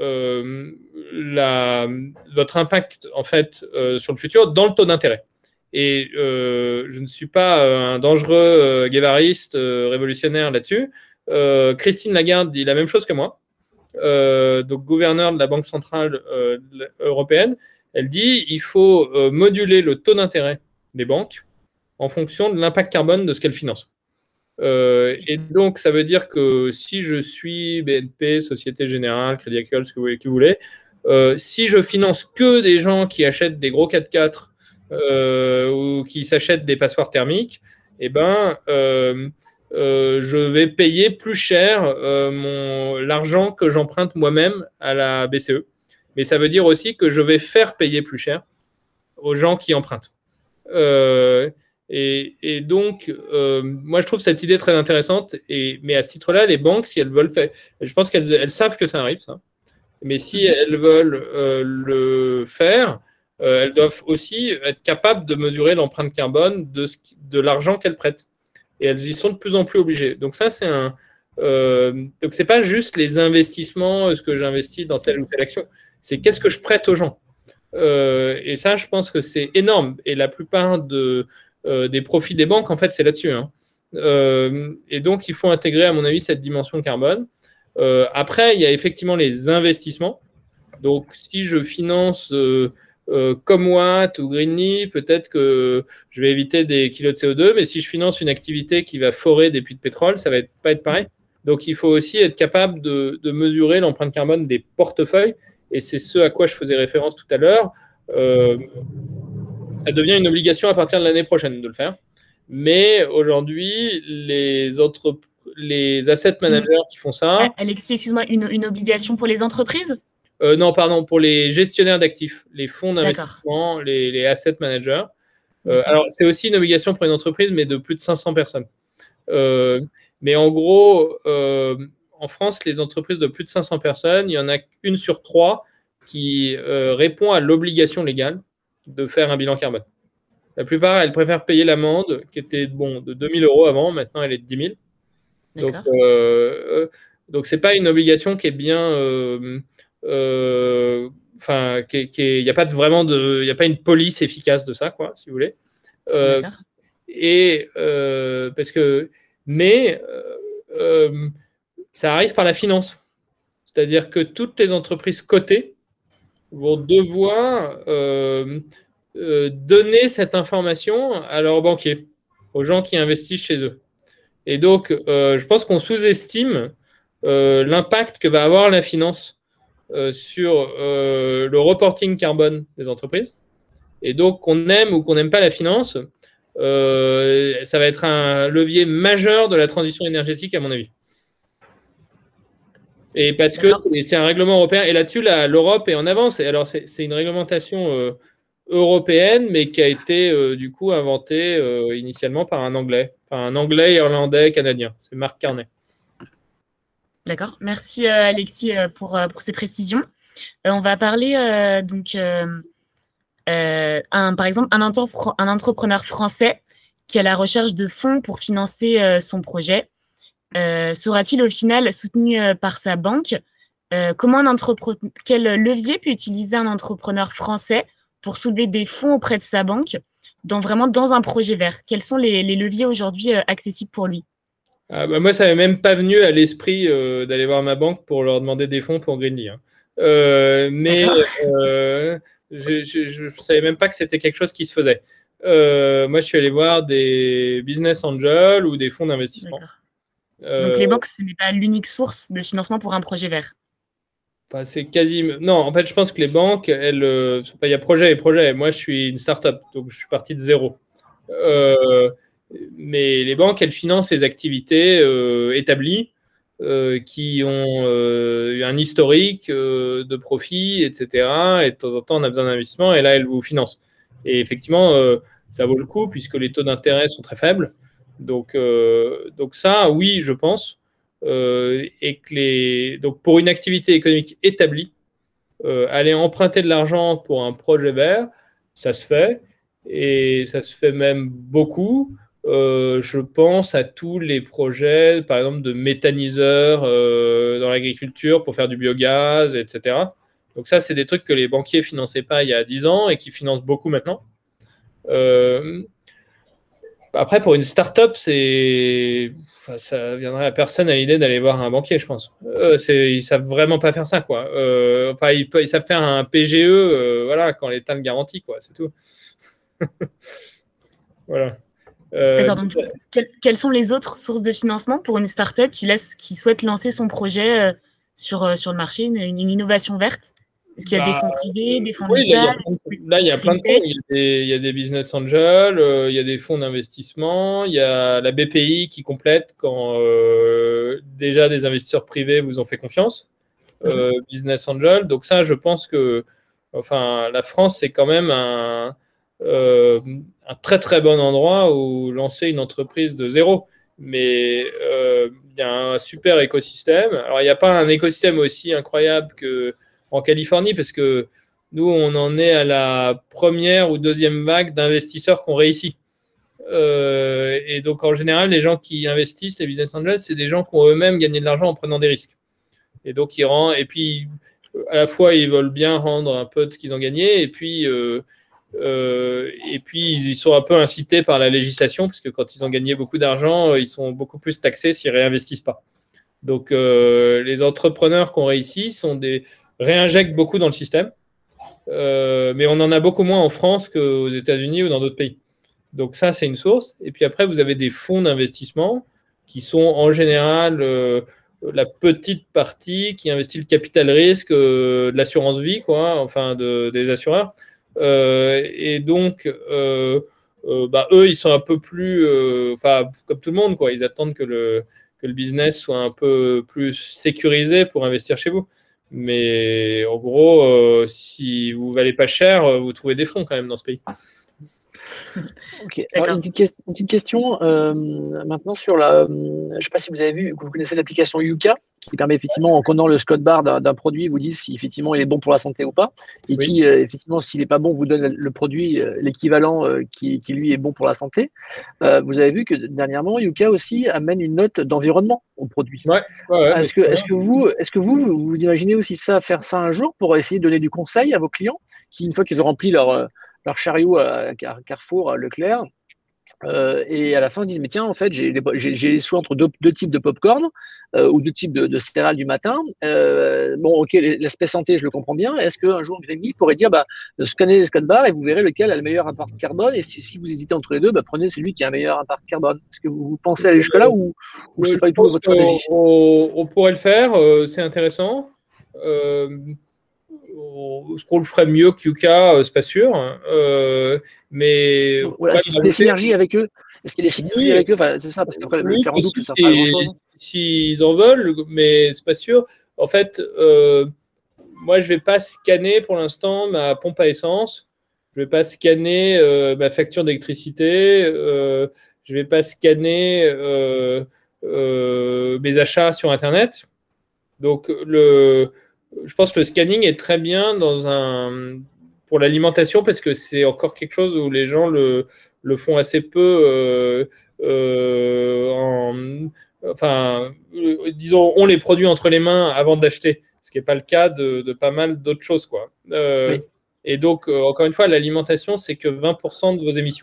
votre impact en fait sur le futur dans le taux d'intérêt. Et je ne suis pas un dangereux guévariste révolutionnaire là-dessus. Christine Lagarde dit la même chose que moi, donc gouverneur de la Banque centrale européenne. Elle dit il faut moduler le taux d'intérêt des banques en fonction de l'impact carbone de ce qu'elles financent. Et donc, ça veut dire que si je suis BNP, Société Générale, Crédit Agricole, ce que vous voulez, si je finance que des gens qui achètent des gros 4x4 ou qui s'achètent des passoires thermiques, eh ben, je vais payer plus cher l'argent que j'emprunte moi-même à la BCE. Mais ça veut dire aussi que je vais faire payer plus cher aux gens qui empruntent. Et donc, moi, je trouve cette idée très intéressante. Mais à ce titre-là, les banques, si elles veulent faire, je pense qu'elles savent que ça arrive, ça. Mais si elles veulent le faire, elles doivent aussi être capables de mesurer l'empreinte carbone de l'argent qu'elles prêtent. Et elles y sont de plus en plus obligées. Donc ça, c'est donc c'est pas juste les investissements, ce que j'investis dans telle ou telle action. C'est qu'est-ce que je prête aux gens. Et ça, je pense que c'est énorme. Et la plupart des profits des banques, en fait, c'est là-dessus. Hein. Et donc, il faut intégrer, à mon avis, cette dimension carbone. Après, il y a effectivement les investissements. Donc, si je finance Comwatt ou Greenly, peut-être que je vais éviter des kilos de CO2, mais si je finance une activité qui va forer des puits de pétrole, ça va pas être pareil. Donc, il faut aussi être capable de mesurer l'empreinte carbone des portefeuilles, et c'est ce à quoi je faisais référence tout à l'heure. Ça devient une obligation à partir de l'année prochaine de le faire. Mais aujourd'hui, les asset managers qui font ça… Alexis, excuse-moi, une obligation pour les entreprises ? Non, pardon, pour les gestionnaires d'actifs, les fonds d'investissement, les asset managers. Alors, c'est aussi une obligation pour une entreprise, mais de plus de 500 personnes. Mais en gros, en France, les entreprises de plus de 500 personnes, il y en a une sur 3 qui répond à l'obligation légale de faire un bilan carbone. La plupart, elles préfèrent payer l'amende qui était de 2 000 € avant, maintenant elle est de 10 000. Donc ce n'est pas une obligation qui est bien… Enfin, il n'y a pas il n'y a pas une police efficace de ça, quoi, si vous voulez. Mais ça arrive par la finance. C'est-à-dire que toutes les entreprises cotées vont devoir donner cette information à leurs banquiers, aux gens qui investissent chez eux. Et donc, je pense qu'on sous-estime l'impact que va avoir la finance sur le reporting carbone des entreprises. Et donc, qu'on aime ou qu'on n'aime pas la finance, ça va être un levier majeur de la transition énergétique, à mon avis. Et parce que c'est un règlement européen. Et là-dessus, l'Europe est en avance. Et alors, c'est une réglementation européenne, mais qui a été du coup inventée initialement par un Anglais. Enfin, un Anglais, Irlandais, Canadien. C'est Mark Carney. D'accord. Merci Alexis pour ces précisions. On va parler par exemple, un entrepreneur français qui est à la recherche de fonds pour financer son projet. Sera-t-il au final soutenu par sa banque? Quel levier peut utiliser un entrepreneur français pour soulever des fonds auprès de sa banque dans un projet vert? Quels sont les leviers aujourd'hui accessibles pour lui? Moi, ça m'est même pas venu à l'esprit d'aller voir ma banque pour leur demander des fonds pour Greenly. Hein. Mais je ne savais même pas que c'était quelque chose qui se faisait. Moi, je suis allé voir des business angels ou des fonds d'investissement. Donc, les banques, ce n'est pas l'unique source de financement pour un projet vert. Enfin, c'est quasi… Non, en fait, je pense que les banques, il y a projet et projet. Moi, je suis une start-up, donc je suis parti de zéro. Mais les banques, elles financent les activités établies qui ont un historique de profit, etc. Et de temps en temps, on a besoin d'investissement et là, elles vous financent. Et effectivement, ça vaut le coup puisque les taux d'intérêt sont très faibles. Donc ça, oui, je pense. Donc pour une activité économique établie, aller emprunter de l'argent pour un projet vert, ça se fait, et ça se fait même beaucoup. Je pense à tous les projets, par exemple, de méthaniseurs dans l'agriculture pour faire du biogaz, etc. Donc ça, c'est des trucs que les banquiers ne finançaient pas il y a 10 ans et qui financent beaucoup maintenant. Après, pour une start-up, ça viendrait à personne à l'idée d'aller voir un banquier, je pense. Ils savent vraiment pas faire ça, quoi. Ils savent faire un PGE, voilà, quand l'État le garantit, quoi. C'est tout. Voilà. D'accord, donc quelles sont les autres sources de financement pour une start-up qui souhaite lancer son projet sur le marché, une innovation verte? Est-ce qu'il y a des fonds privés, des fonds de l'État? Là, il y a plein de fonds. Il y a des business angels, il y a des fonds d'investissement, il y a la BPI qui complète quand déjà des investisseurs privés vous ont fait confiance. Business angel. Donc ça, je pense que la France, c'est quand même un très très bon endroit où lancer une entreprise de zéro. Mais il y a un super écosystème. Alors, il n'y a pas un écosystème aussi incroyable qu'en Californie, parce que nous, on en est à la première ou deuxième vague d'investisseurs qui ont réussi. Et donc, en général, les gens qui investissent, les business angels, c'est des gens qui ont eux-mêmes gagné de l'argent en prenant des risques. Et donc, et puis, à la fois, ils veulent bien rendre un peu de ce qu'ils ont gagné, et puis ils sont un peu incités par la législation, parce que quand ils ont gagné beaucoup d'argent, ils sont beaucoup plus taxés s'ils ne réinvestissent pas. Donc, les entrepreneurs qui ont réussi réinjectent beaucoup dans le système, mais on en a beaucoup moins en France qu'aux États-Unis ou dans d'autres pays. Donc ça, c'est une source. Et puis après, vous avez des fonds d'investissement qui sont en général la petite partie qui investit le capital risque de l'assurance vie, quoi, des assureurs. Et donc, eux, ils sont un peu plus, comme tout le monde, quoi. Ils attendent que le business soit un peu plus sécurisé pour investir chez vous. Mais en gros, si vous ne valez pas cher, vous trouvez des fonds quand même dans ce pays. Ok. Alors, une petite question maintenant sur je ne sais pas si vous avez vu, vous connaissez l'application Yuka, qui permet effectivement, en connaissant le Scott bar d'un produit, vous dit si effectivement il est bon pour la santé ou pas, et Oui. qui effectivement, s'il n'est pas bon, vous donne le produit, l'équivalent qui lui est bon pour la santé. Vous avez vu que dernièrement, Yuka aussi amène une note d'environnement au produit. Ouais, est-ce que vous imaginez aussi faire ça un jour pour essayer de donner du conseil à vos clients qui, une fois qu'ils ont rempli leur chariot à Carrefour, à Leclerc, et à la fin se disent mais tiens, en fait j'ai les choix entre deux types de popcorn ou deux types de céréales du matin. Bon, ok, l'aspect santé je le comprends bien. Est-ce qu'un jour Grémy pourrait dire scannez les Scott bar et vous verrez lequel a le meilleur impact carbone, et si vous hésitez entre les deux, prenez celui qui a un meilleur impact carbone? Est-ce que vous pensez aller jusque là ou c'est pas du tout votre stratégie? On pourrait le faire, c'est intéressant. Est-ce qu'on le ferait mieux que Yuka, c'est pas sûr. Mais voilà, est-ce qu'il y a des synergies avec eux? Est-ce qu'il y a des synergies avec eux? C'est ça, parce qu'après, le clair en double, ça ne sert pas à grand-chose. S'ils en veulent, mais c'est pas sûr. En fait, moi, je vais pas scanner pour l'instant ma pompe à essence. Je vais pas scanner ma facture d'électricité. Je vais pas scanner mes achats sur Internet. Donc, je pense que le scanning est très bien pour l'alimentation, parce que c'est encore quelque chose où les gens le font assez peu. Disons, ont les produits entre les mains avant d'acheter, ce qui n'est pas le cas de pas mal d'autres choses, quoi. Oui. Et donc, encore une fois, l'alimentation, c'est que 20% de vos émissions.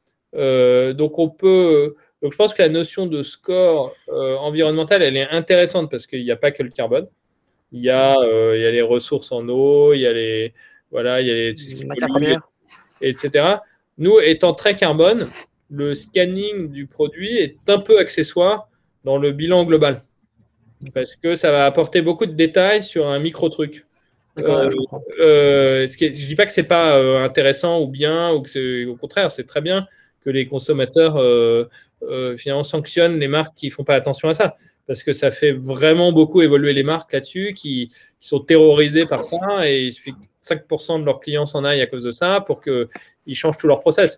Donc, je pense que la notion de score environnemental, elle est intéressante, parce qu'il n'y a pas que le carbone. Il y a les ressources en eau, il y a les matières premières, etc. Nous, étant très carbone, le scanning du produit est un peu accessoire dans le bilan global, parce que ça va apporter beaucoup de détails sur un micro-truc. Je dis pas que c'est pas intéressant ou bien, ou que au contraire, c'est très bien que les consommateurs finalement sanctionnent les marques qui font pas attention à ça, parce que ça fait vraiment beaucoup évoluer les marques là-dessus, qui sont terrorisées par ça, et il suffit que 5% de leurs clients s'en aillent à cause de ça pour qu'ils changent tout leur process.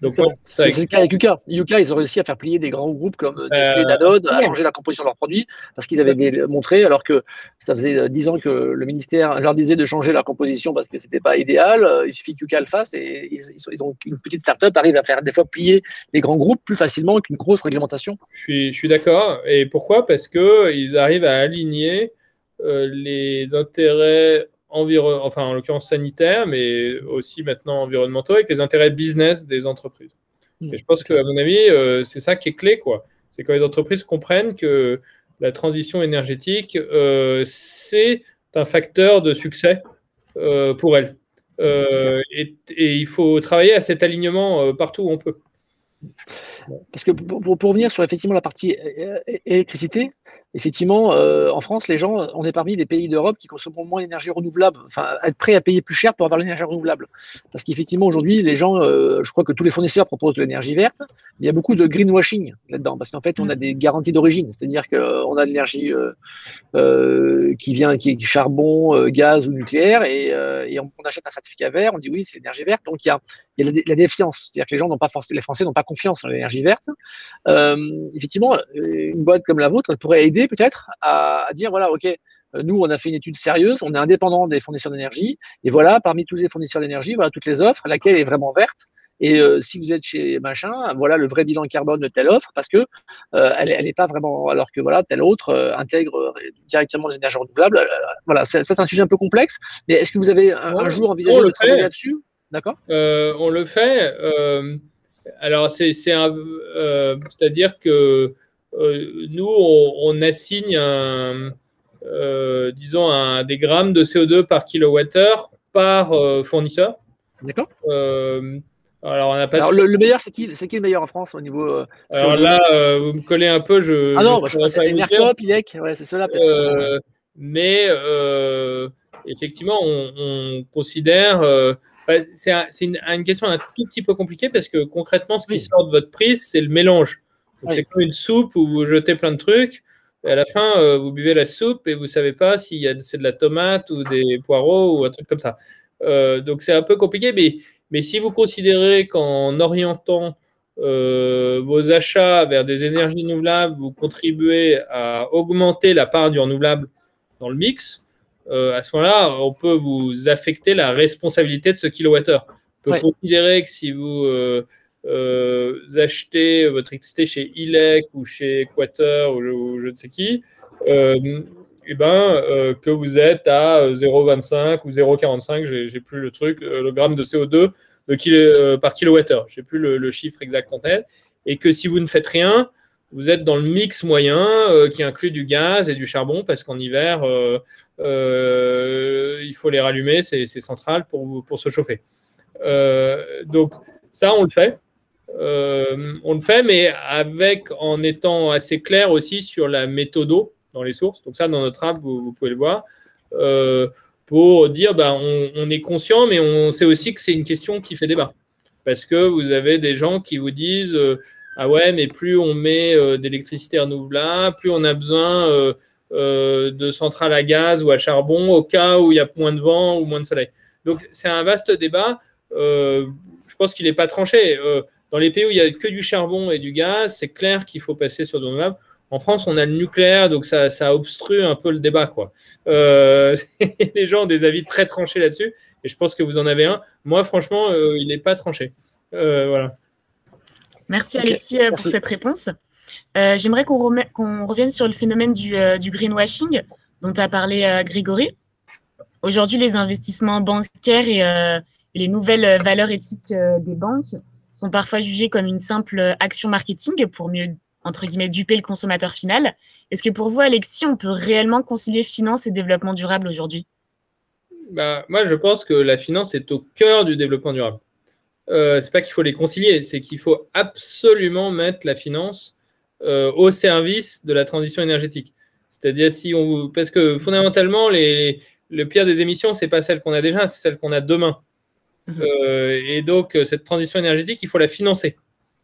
Donc, moi, c'est le cas avec Yuka. Yuka, ils ont réussi à faire plier des grands groupes comme Nestlé, Danone, à changer la composition de leurs produits parce qu'ils avaient montré, alors que ça faisait 10 ans que le ministère leur disait de changer leur composition parce que c'était pas idéal. Il suffit que Yuka le fasse et ils ont une petite start-up arrive à faire des fois plier les grands groupes plus facilement qu'une grosse réglementation. Je suis d'accord. Et pourquoi? Parce qu'ils arrivent à aligner les intérêts enfin en l'occurrence sanitaires, mais aussi maintenant environnementaux, avec les intérêts business des entreprises. Et je pense qu'à mon avis, c'est ça qui est clé, quoi. C'est quand les entreprises comprennent que la transition énergétique, c'est un facteur de succès pour elles. Et il faut travailler à cet alignement partout où on peut. Parce que pour revenir sur effectivement la partie électricité, effectivement, en France, les gens, on est parmi les pays d'Europe qui consomment moins d'énergie renouvelable, enfin, être prêt à payer plus cher pour avoir l'énergie renouvelable. Parce qu'effectivement, aujourd'hui, les gens, je crois que tous les fournisseurs proposent de l'énergie verte, mais il y a beaucoup de greenwashing là-dedans, parce qu'en fait, on a des garanties d'origine, c'est-à-dire qu'on a de l'énergie qui est du charbon, gaz ou nucléaire, et on achète un certificat vert, on dit oui, c'est l'énergie verte, donc il y a la défiance, c'est-à-dire que les Français n'ont pas confiance en l'énergie verte. Effectivement, une boîte comme la vôtre, elle pourrait aider peut-être à dire, voilà, ok, nous, on a fait une étude sérieuse, on est indépendant des fournisseurs d'énergie, et voilà, parmi tous les fournisseurs d'énergie, voilà toutes les offres, laquelle est vraiment verte. Et si vous êtes chez machin, voilà le vrai bilan carbone de telle offre, parce que elle n'est pas vraiment, alors que voilà telle autre intègre directement les énergies renouvelables. Voilà, c'est un sujet un peu complexe. Mais est-ce que vous avez un jour envisagé de travailler là-dessus? D'accord. On le fait. Alors c'est-à-dire que nous on assigne disons des grammes de CO2 par kilowattheure par fournisseur. D'accord. Alors, on n'a pas. Alors le meilleur, c'est qui le meilleur en France au niveau alors CO2? Là, vous me collez un peu. Ah non, moi, je pense que c'est Mercop, ILEC, ouais, c'est cela peut-être. Mais effectivement, on considère. C'est une question un tout petit peu compliquée parce que concrètement, ce qui sort de votre prise, c'est le mélange. Donc, c'est comme une soupe où vous jetez plein de trucs. Et à la fin, vous buvez la soupe et vous ne savez pas si c'est de la tomate ou des poireaux ou un truc comme ça. Donc, c'est un peu compliqué. Mais si vous considérez qu'en orientant vos achats vers des énergies renouvelables, vous contribuez à augmenter la part du renouvelable dans le mix, à ce moment-là, on peut vous affecter la responsabilité de ce kilowattheure. On peut considérer que si vous achetez votre électricité chez ILEC ou chez Équateur ou je ne sais qui, que vous êtes à 0,25 ou 0,45, j'ai plus le truc, le gramme de CO2 par kilowattheure. Je n'ai plus le chiffre exact en tête. Et que si vous ne faites rien, vous êtes dans le mix moyen qui inclut du gaz et du charbon parce qu'en hiver, il faut les rallumer, c'est central pour se chauffer. Donc ça, on le fait. Mais en étant assez clair aussi sur la méthodo dans les sources. Donc ça, dans notre app, vous pouvez le voir. Pour dire, on est conscient, mais on sait aussi que c'est une question qui fait débat. Parce que vous avez des gens qui vous disent ah ouais, mais plus on met d'électricité renouvelable, plus on a besoin de centrales à gaz ou à charbon au cas où il y a moins de vent ou moins de soleil. Donc c'est un vaste débat. Je pense qu'il n'est pas tranché. Dans les pays où il n'y a que du charbon et du gaz, c'est clair qu'il faut passer sur du renouvelable. En France, on a le nucléaire, donc ça obstrue un peu le débat, quoi. Les gens ont des avis très tranchés là-dessus, et je pense que vous en avez un. Moi, franchement, il n'est pas tranché. Voilà. Merci Alexis pour cette réponse. J'aimerais qu'on revienne sur le phénomène du greenwashing dont a parlé Grégory. Aujourd'hui, les investissements bancaires et les nouvelles valeurs éthiques des banques sont parfois jugés comme une simple action marketing pour mieux, entre guillemets, duper le consommateur final. Est-ce que pour vous, Alexis, on peut réellement concilier finance et développement durable aujourd'hui? Moi, je pense que la finance est au cœur du développement durable. C'est pas qu'il faut les concilier, c'est qu'il faut absolument mettre la finance au service de la transition énergétique. C'est-à-dire parce que fondamentalement, le pire des émissions, c'est pas celle qu'on a déjà, c'est celle qu'on a demain. Et donc, cette transition énergétique, il faut la financer.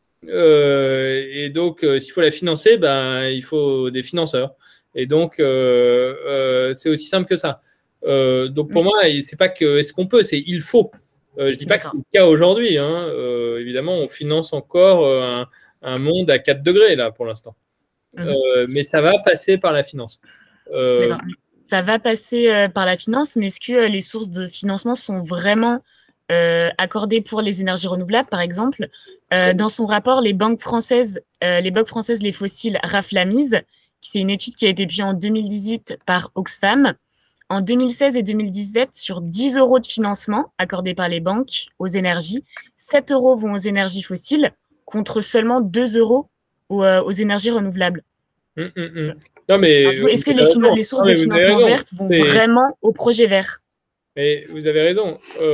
Et donc, s'il faut la financer, il faut des financeurs. Et donc, c'est aussi simple que ça. Donc, pour moi, c'est pas que est-ce qu'on peut, c'est il faut. Je ne dis pas que c'est le cas aujourd'hui. Évidemment, on finance encore un monde à 4 degrés, là, pour l'instant. Mais ça va passer par la finance. D'accord. Ça va passer par la finance, mais est-ce que les sources de financement sont vraiment accordées pour les énergies renouvelables, par exemple? Dans son rapport, les banques françaises, les fossiles raflent la mise. C'est une étude qui a été publiée en 2018 par Oxfam. En 2016 et 2017, sur 10 € de financement accordés par les banques aux énergies, 7 € vont aux énergies fossiles contre seulement 2 € aux énergies renouvelables. Non, mais est-ce que les sources de financement vertes vont vraiment au projet vert? Mais vous avez raison.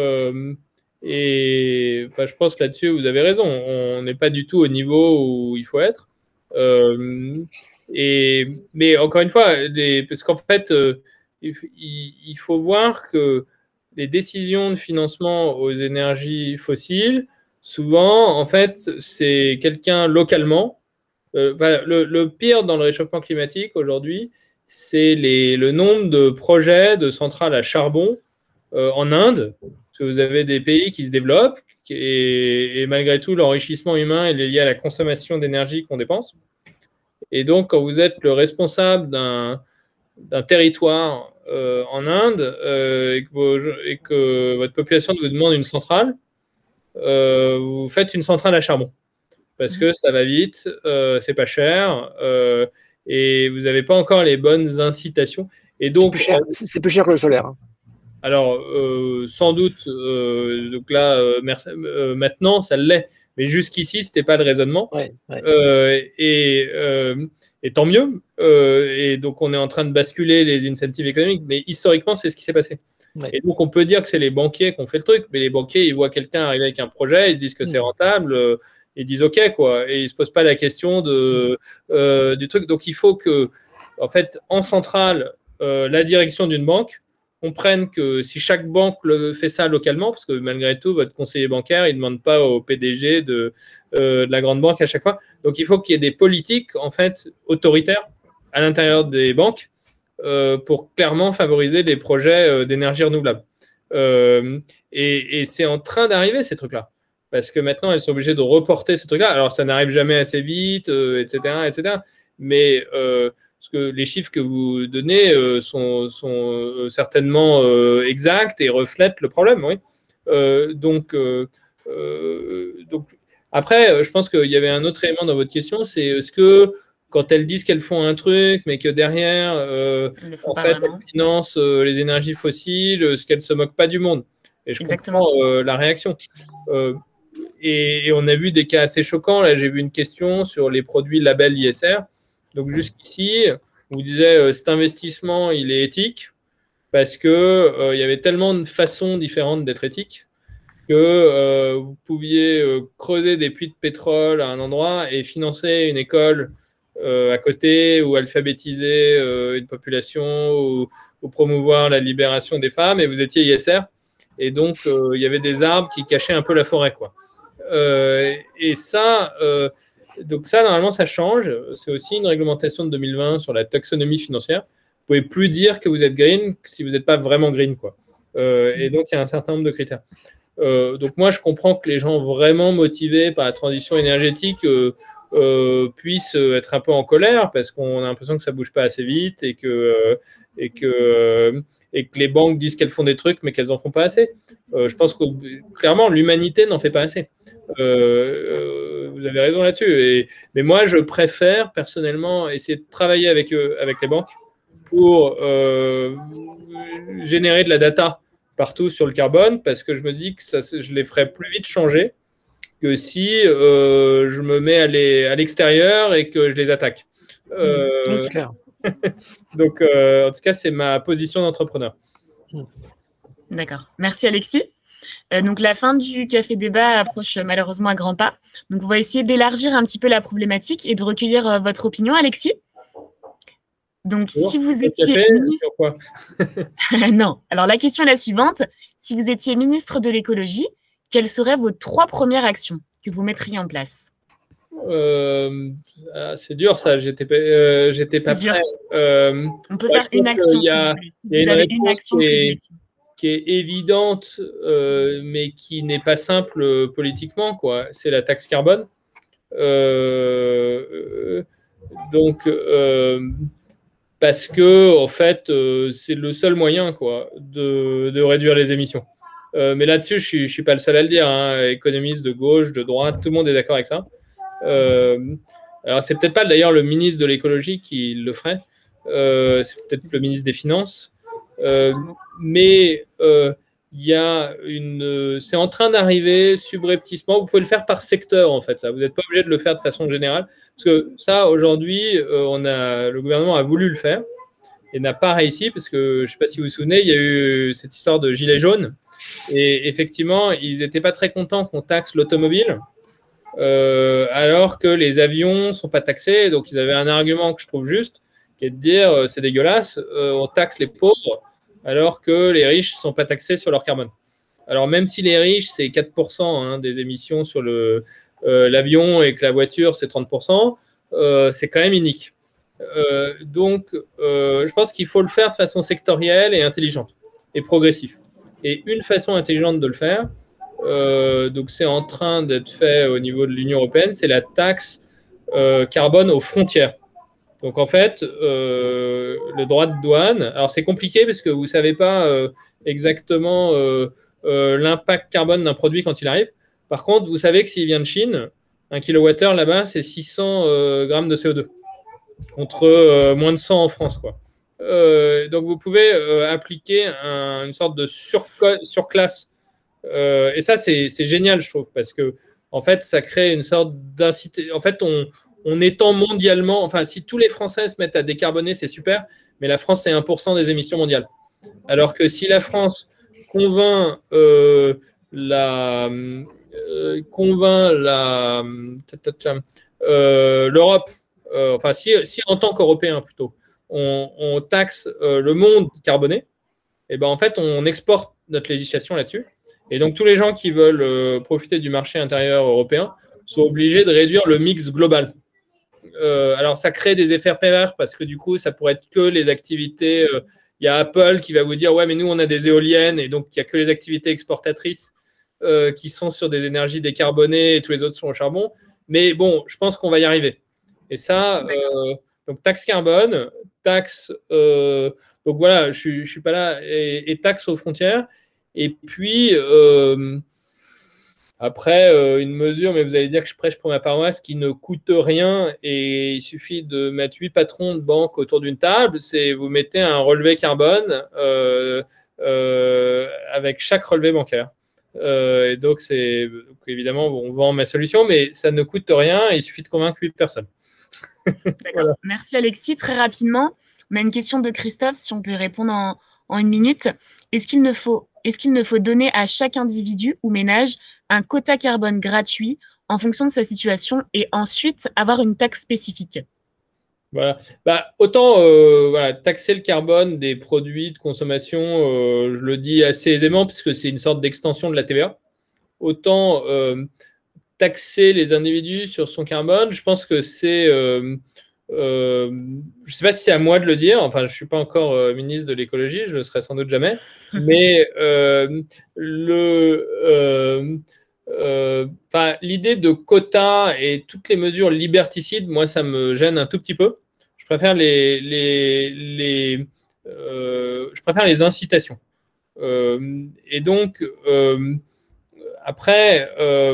Et je pense que là-dessus, vous avez raison. On n'est pas du tout au niveau où il faut être. Mais encore une fois, parce qu'en fait, il faut voir que les décisions de financement aux énergies fossiles, souvent, en fait, c'est quelqu'un localement. Le pire dans le réchauffement climatique aujourd'hui, c'est le nombre de projets de centrales à charbon en Inde, parce que vous avez des pays qui se développent et malgré tout, l'enrichissement humain il est lié à la consommation d'énergie qu'on dépense. Et donc, quand vous êtes le responsable d'un territoire en Inde et que votre population vous demande une centrale, vous faites une centrale à charbon parce que ça va vite, c'est pas cher et vous n'avez pas encore les bonnes incitations. Et donc, c'est plus cher que le solaire. Alors, sans doute, donc là, maintenant, ça l'est. Mais jusqu'ici, ce n'était pas le raisonnement. Et tant mieux. Et donc, on est en train de basculer les incentives économiques. Mais historiquement, c'est ce qui s'est passé. Et donc, on peut dire que c'est les banquiers qui ont fait le truc. Mais les banquiers, ils voient quelqu'un arriver avec un projet, ils se disent que c'est rentable. Ils disent OK, quoi. Et ils ne se posent pas la question du truc. Donc, il faut que, en fait, en centrale, la direction d'une banque comprennent que si chaque banque fait ça localement, parce que malgré tout, votre conseiller bancaire, il ne demande pas au PDG de la grande banque à chaque fois. Donc, il faut qu'il y ait des politiques, en fait, autoritaires à l'intérieur des banques pour clairement favoriser les projets d'énergie renouvelable. Et c'est en train d'arriver, ces trucs-là. Parce que maintenant, elles sont obligées de reporter ces trucs-là. Alors, ça n'arrive jamais assez vite, etc., etc. Mais parce que les chiffres que vous donnez sont certainement exacts et reflètent le problème, oui. Donc, après, je pense qu'il y avait un autre élément dans votre question, c'est est-ce que quand elles disent qu'elles font un truc, mais que derrière, en fait, elles financent les énergies fossiles, est-ce qu'elles ne se moquent pas du monde? Et je comprends la réaction. Et on a vu des cas assez choquants. Là, j'ai vu une question sur les produits label ISR. Donc, jusqu'ici, on vous disait cet investissement, il est éthique parce qu'il y avait tellement de façons différentes d'être éthique que vous pouviez creuser des puits de pétrole à un endroit et financer une école à côté ou alphabétiser une population ou promouvoir la libération des femmes et vous étiez ISR. Et donc, il y avait des arbres qui cachaient un peu la forêt, quoi. Et ça, donc ça, normalement, ça change. C'est aussi une réglementation de 2020 sur la taxonomie financière. Vous ne pouvez plus dire que vous êtes green si vous n'êtes pas vraiment green, quoi. Et donc, il y a un certain nombre de critères. Donc, moi, je comprends que les gens vraiment motivés par la transition énergétique puissent être un peu en colère parce qu'on a l'impression que ça ne bouge pas assez vite et que les banques disent qu'elles font des trucs, mais qu'elles n'en font pas assez. Je pense que, clairement, l'humanité n'en fait pas assez. Vous avez raison là-dessus. Mais moi, je préfère, personnellement, essayer de travailler avec les banques pour générer de la data partout sur le carbone, parce que je me dis que je les ferais plus vite changer que si je me mets à l'extérieur et que je les attaque. C'est clair. Donc, en tout cas, c'est ma position d'entrepreneur. D'accord. Merci, Alexis. Donc, la fin du café débat approche malheureusement à grands pas. Donc, on va essayer d'élargir un petit peu la problématique et de recueillir votre opinion, Alexis. Donc, si vous étiez ministre... Non. Alors, la question est la suivante. Si vous étiez ministre de l'écologie, quelles seraient vos 3 premières actions que vous mettriez en place? C'est dur, ça. J'étais pas prêt. On peut faire une action. Il y a une réponse qui est évidente, mais qui n'est pas simple politiquement, quoi. C'est la taxe carbone. Donc, parce que, en fait, c'est le seul moyen, quoi, de réduire les émissions. Mais là-dessus, je ne suis pas le seul à le dire, hein. Économistes de gauche, de droite, tout le monde est d'accord avec ça. Alors, c'est peut-être pas d'ailleurs le ministre de l'écologie qui le ferait, c'est peut-être le ministre des Finances. Mais il y a c'est en train d'arriver subrepticement. Vous pouvez le faire par secteur, en fait. Ça. Vous n'êtes pas obligé de le faire de façon générale. Parce que ça, aujourd'hui, le gouvernement a voulu le faire et n'a pas réussi. Parce que, je ne sais pas si vous vous souvenez, il y a eu cette histoire de gilets jaunes. Et effectivement, ils n'étaient pas très contents qu'on taxe l'automobile. Alors que les avions ne sont pas taxés. Donc, ils avaient un argument que je trouve juste, qui est de dire c'est dégueulasse, on taxe les pauvres alors que les riches ne sont pas taxés sur leur carbone. Alors même si les riches, c'est 4% hein, des émissions sur l'avion et que la voiture, c'est 30%, c'est quand même unique. Donc, je pense qu'il faut le faire de façon sectorielle et intelligente et progressive. Et une façon intelligente de le faire, donc c'est en train d'être fait au niveau de l'Union européenne, c'est la taxe carbone aux frontières. Donc en fait, le droit de douane, alors c'est compliqué parce que vous ne savez pas exactement l'impact carbone d'un produit quand il arrive. Par contre, vous savez que s'il vient de Chine, 1 kWh là-bas, c'est 600 grammes de CO2 contre moins de 100 en France, quoi. Donc vous pouvez appliquer une sorte de surclasse. Et ça, c'est génial, je trouve, parce que en fait, ça crée une sorte d'incité. En fait, on étend mondialement, enfin, si tous les Français se mettent à décarboner, c'est super, mais la France, c'est 1% des émissions mondiales. Alors que si la France convainc l'Europe, enfin, si en tant qu'Européen plutôt, on taxe le monde carboné, et ben en fait, on exporte notre législation là-dessus. Et donc, tous les gens qui veulent profiter du marché intérieur européen sont obligés de réduire le mix global. Alors, ça crée des effets pervers parce que du coup, ça pourrait être que les activités. Il y a Apple qui va vous dire ouais, mais nous, on a des éoliennes et donc il n'y a que les activités exportatrices qui sont sur des énergies décarbonées et tous les autres sont au charbon. Mais bon, je pense qu'on va y arriver. Et ça, donc taxe carbone, taxe. Donc voilà, je ne suis pas là. Et taxe aux frontières. Et puis. Après, une mesure, mais vous allez dire que je prêche pour ma paroisse, qui ne coûte rien et il suffit de mettre 8 patrons de banque autour d'une table, c'est vous mettez un relevé carbone avec chaque relevé bancaire. Et donc, évidemment, on vend ma solution, mais ça ne coûte rien et il suffit de convaincre 8 personnes. D'accord. Voilà. Merci Alexis. Très rapidement, on a une question de Christophe, si on peut répondre en une minute. Est-ce qu'il ne faut donner à chaque individu ou ménage un quota carbone gratuit en fonction de sa situation et ensuite avoir une taxe spécifique? Voilà. Bah, autant voilà, taxer le carbone des produits de consommation, je le dis assez aisément puisque c'est une sorte d'extension de la TVA. Autant taxer les individus sur son carbone, je pense que c'est... je ne sais pas si c'est à moi de le dire, enfin je ne suis pas encore ministre de l'écologie, je ne le serai sans doute jamais, mais l'idée de quotas et toutes les mesures liberticides, moi ça me gêne un tout petit peu. Je préfère je préfère les incitations. Et donc, après...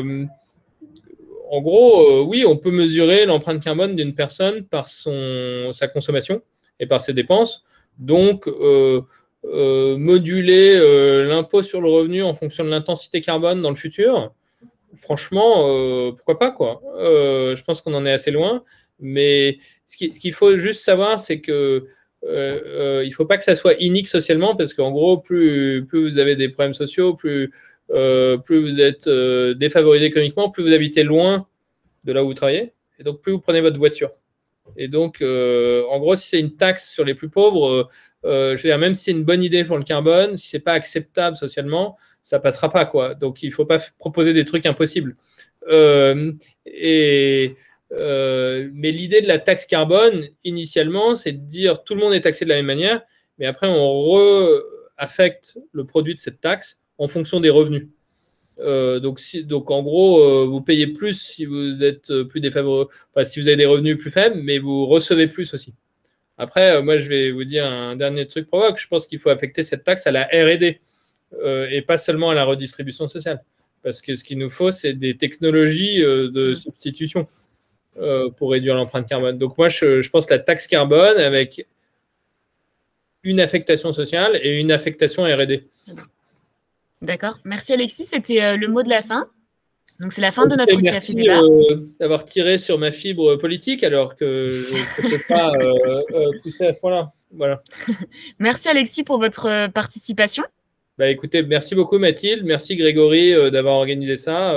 en gros, oui, on peut mesurer l'empreinte carbone d'une personne par sa consommation et par ses dépenses. Donc, moduler l'impôt sur le revenu en fonction de l'intensité carbone dans le futur, franchement, pourquoi pas, quoi. Je pense qu'on en est assez loin. Mais ce qu'il faut juste savoir, c'est que il ne faut pas que ça soit inique socialement, parce qu'en gros, plus vous avez des problèmes sociaux, plus vous êtes défavorisé économiquement, plus vous habitez loin de là où vous travaillez, et donc plus vous prenez votre voiture. Et donc, en gros, si c'est une taxe sur les plus pauvres, je veux dire, même si c'est une bonne idée pour le carbone, si c'est pas acceptable socialement, ça passera pas, quoi. Donc, il faut pas proposer des trucs impossibles. Mais l'idée de la taxe carbone, initialement, c'est de dire tout le monde est taxé de la même manière, mais après, on affecte le produit de cette taxe en fonction des revenus. Donc en gros, vous payez plus si vous êtes plus défavorable, enfin, si vous avez des revenus plus faibles, mais vous recevez plus aussi. Après, moi, je vais vous dire un dernier truc provoque. Je pense qu'il faut affecter cette taxe à la R&D et pas seulement à la redistribution sociale. Parce que ce qu'il nous faut, c'est des technologies de substitution pour réduire l'empreinte carbone. Donc moi, je pense que la taxe carbone avec une affectation sociale et une affectation R&D. D'accord. Merci Alexis, c'était le mot de la fin. Donc c'est la fin de notre Merci café débat. d'avoir tiré sur ma fibre politique alors que je ne peux pas pousser à ce point-là. Voilà. Merci Alexis pour votre participation. Bah, écoutez, merci beaucoup Mathilde, merci Grégory d'avoir organisé ça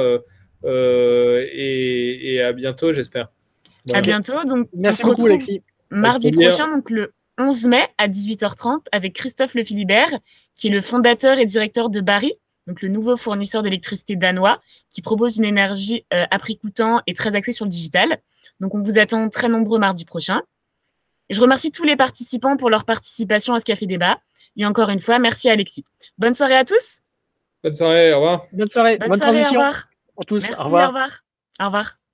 et à bientôt j'espère. Voilà. À bientôt. Donc, merci beaucoup Alexis. Mardi prochain, donc le 11 mai à 18h30 avec Christophe Le Philibert, qui est le fondateur et directeur de Bari, donc le nouveau fournisseur d'électricité danois, qui propose une énergie à prix coûtant et très axée sur le digital. Donc on vous attend très nombreux mardi prochain. Et je remercie tous les participants pour leur participation à ce café débat. Et encore une fois, merci Alexis. Bonne soirée à tous. Bonne soirée, au revoir. Bonne soirée, bonne transition. Au revoir. À tous, merci, au revoir. Au revoir. Au revoir.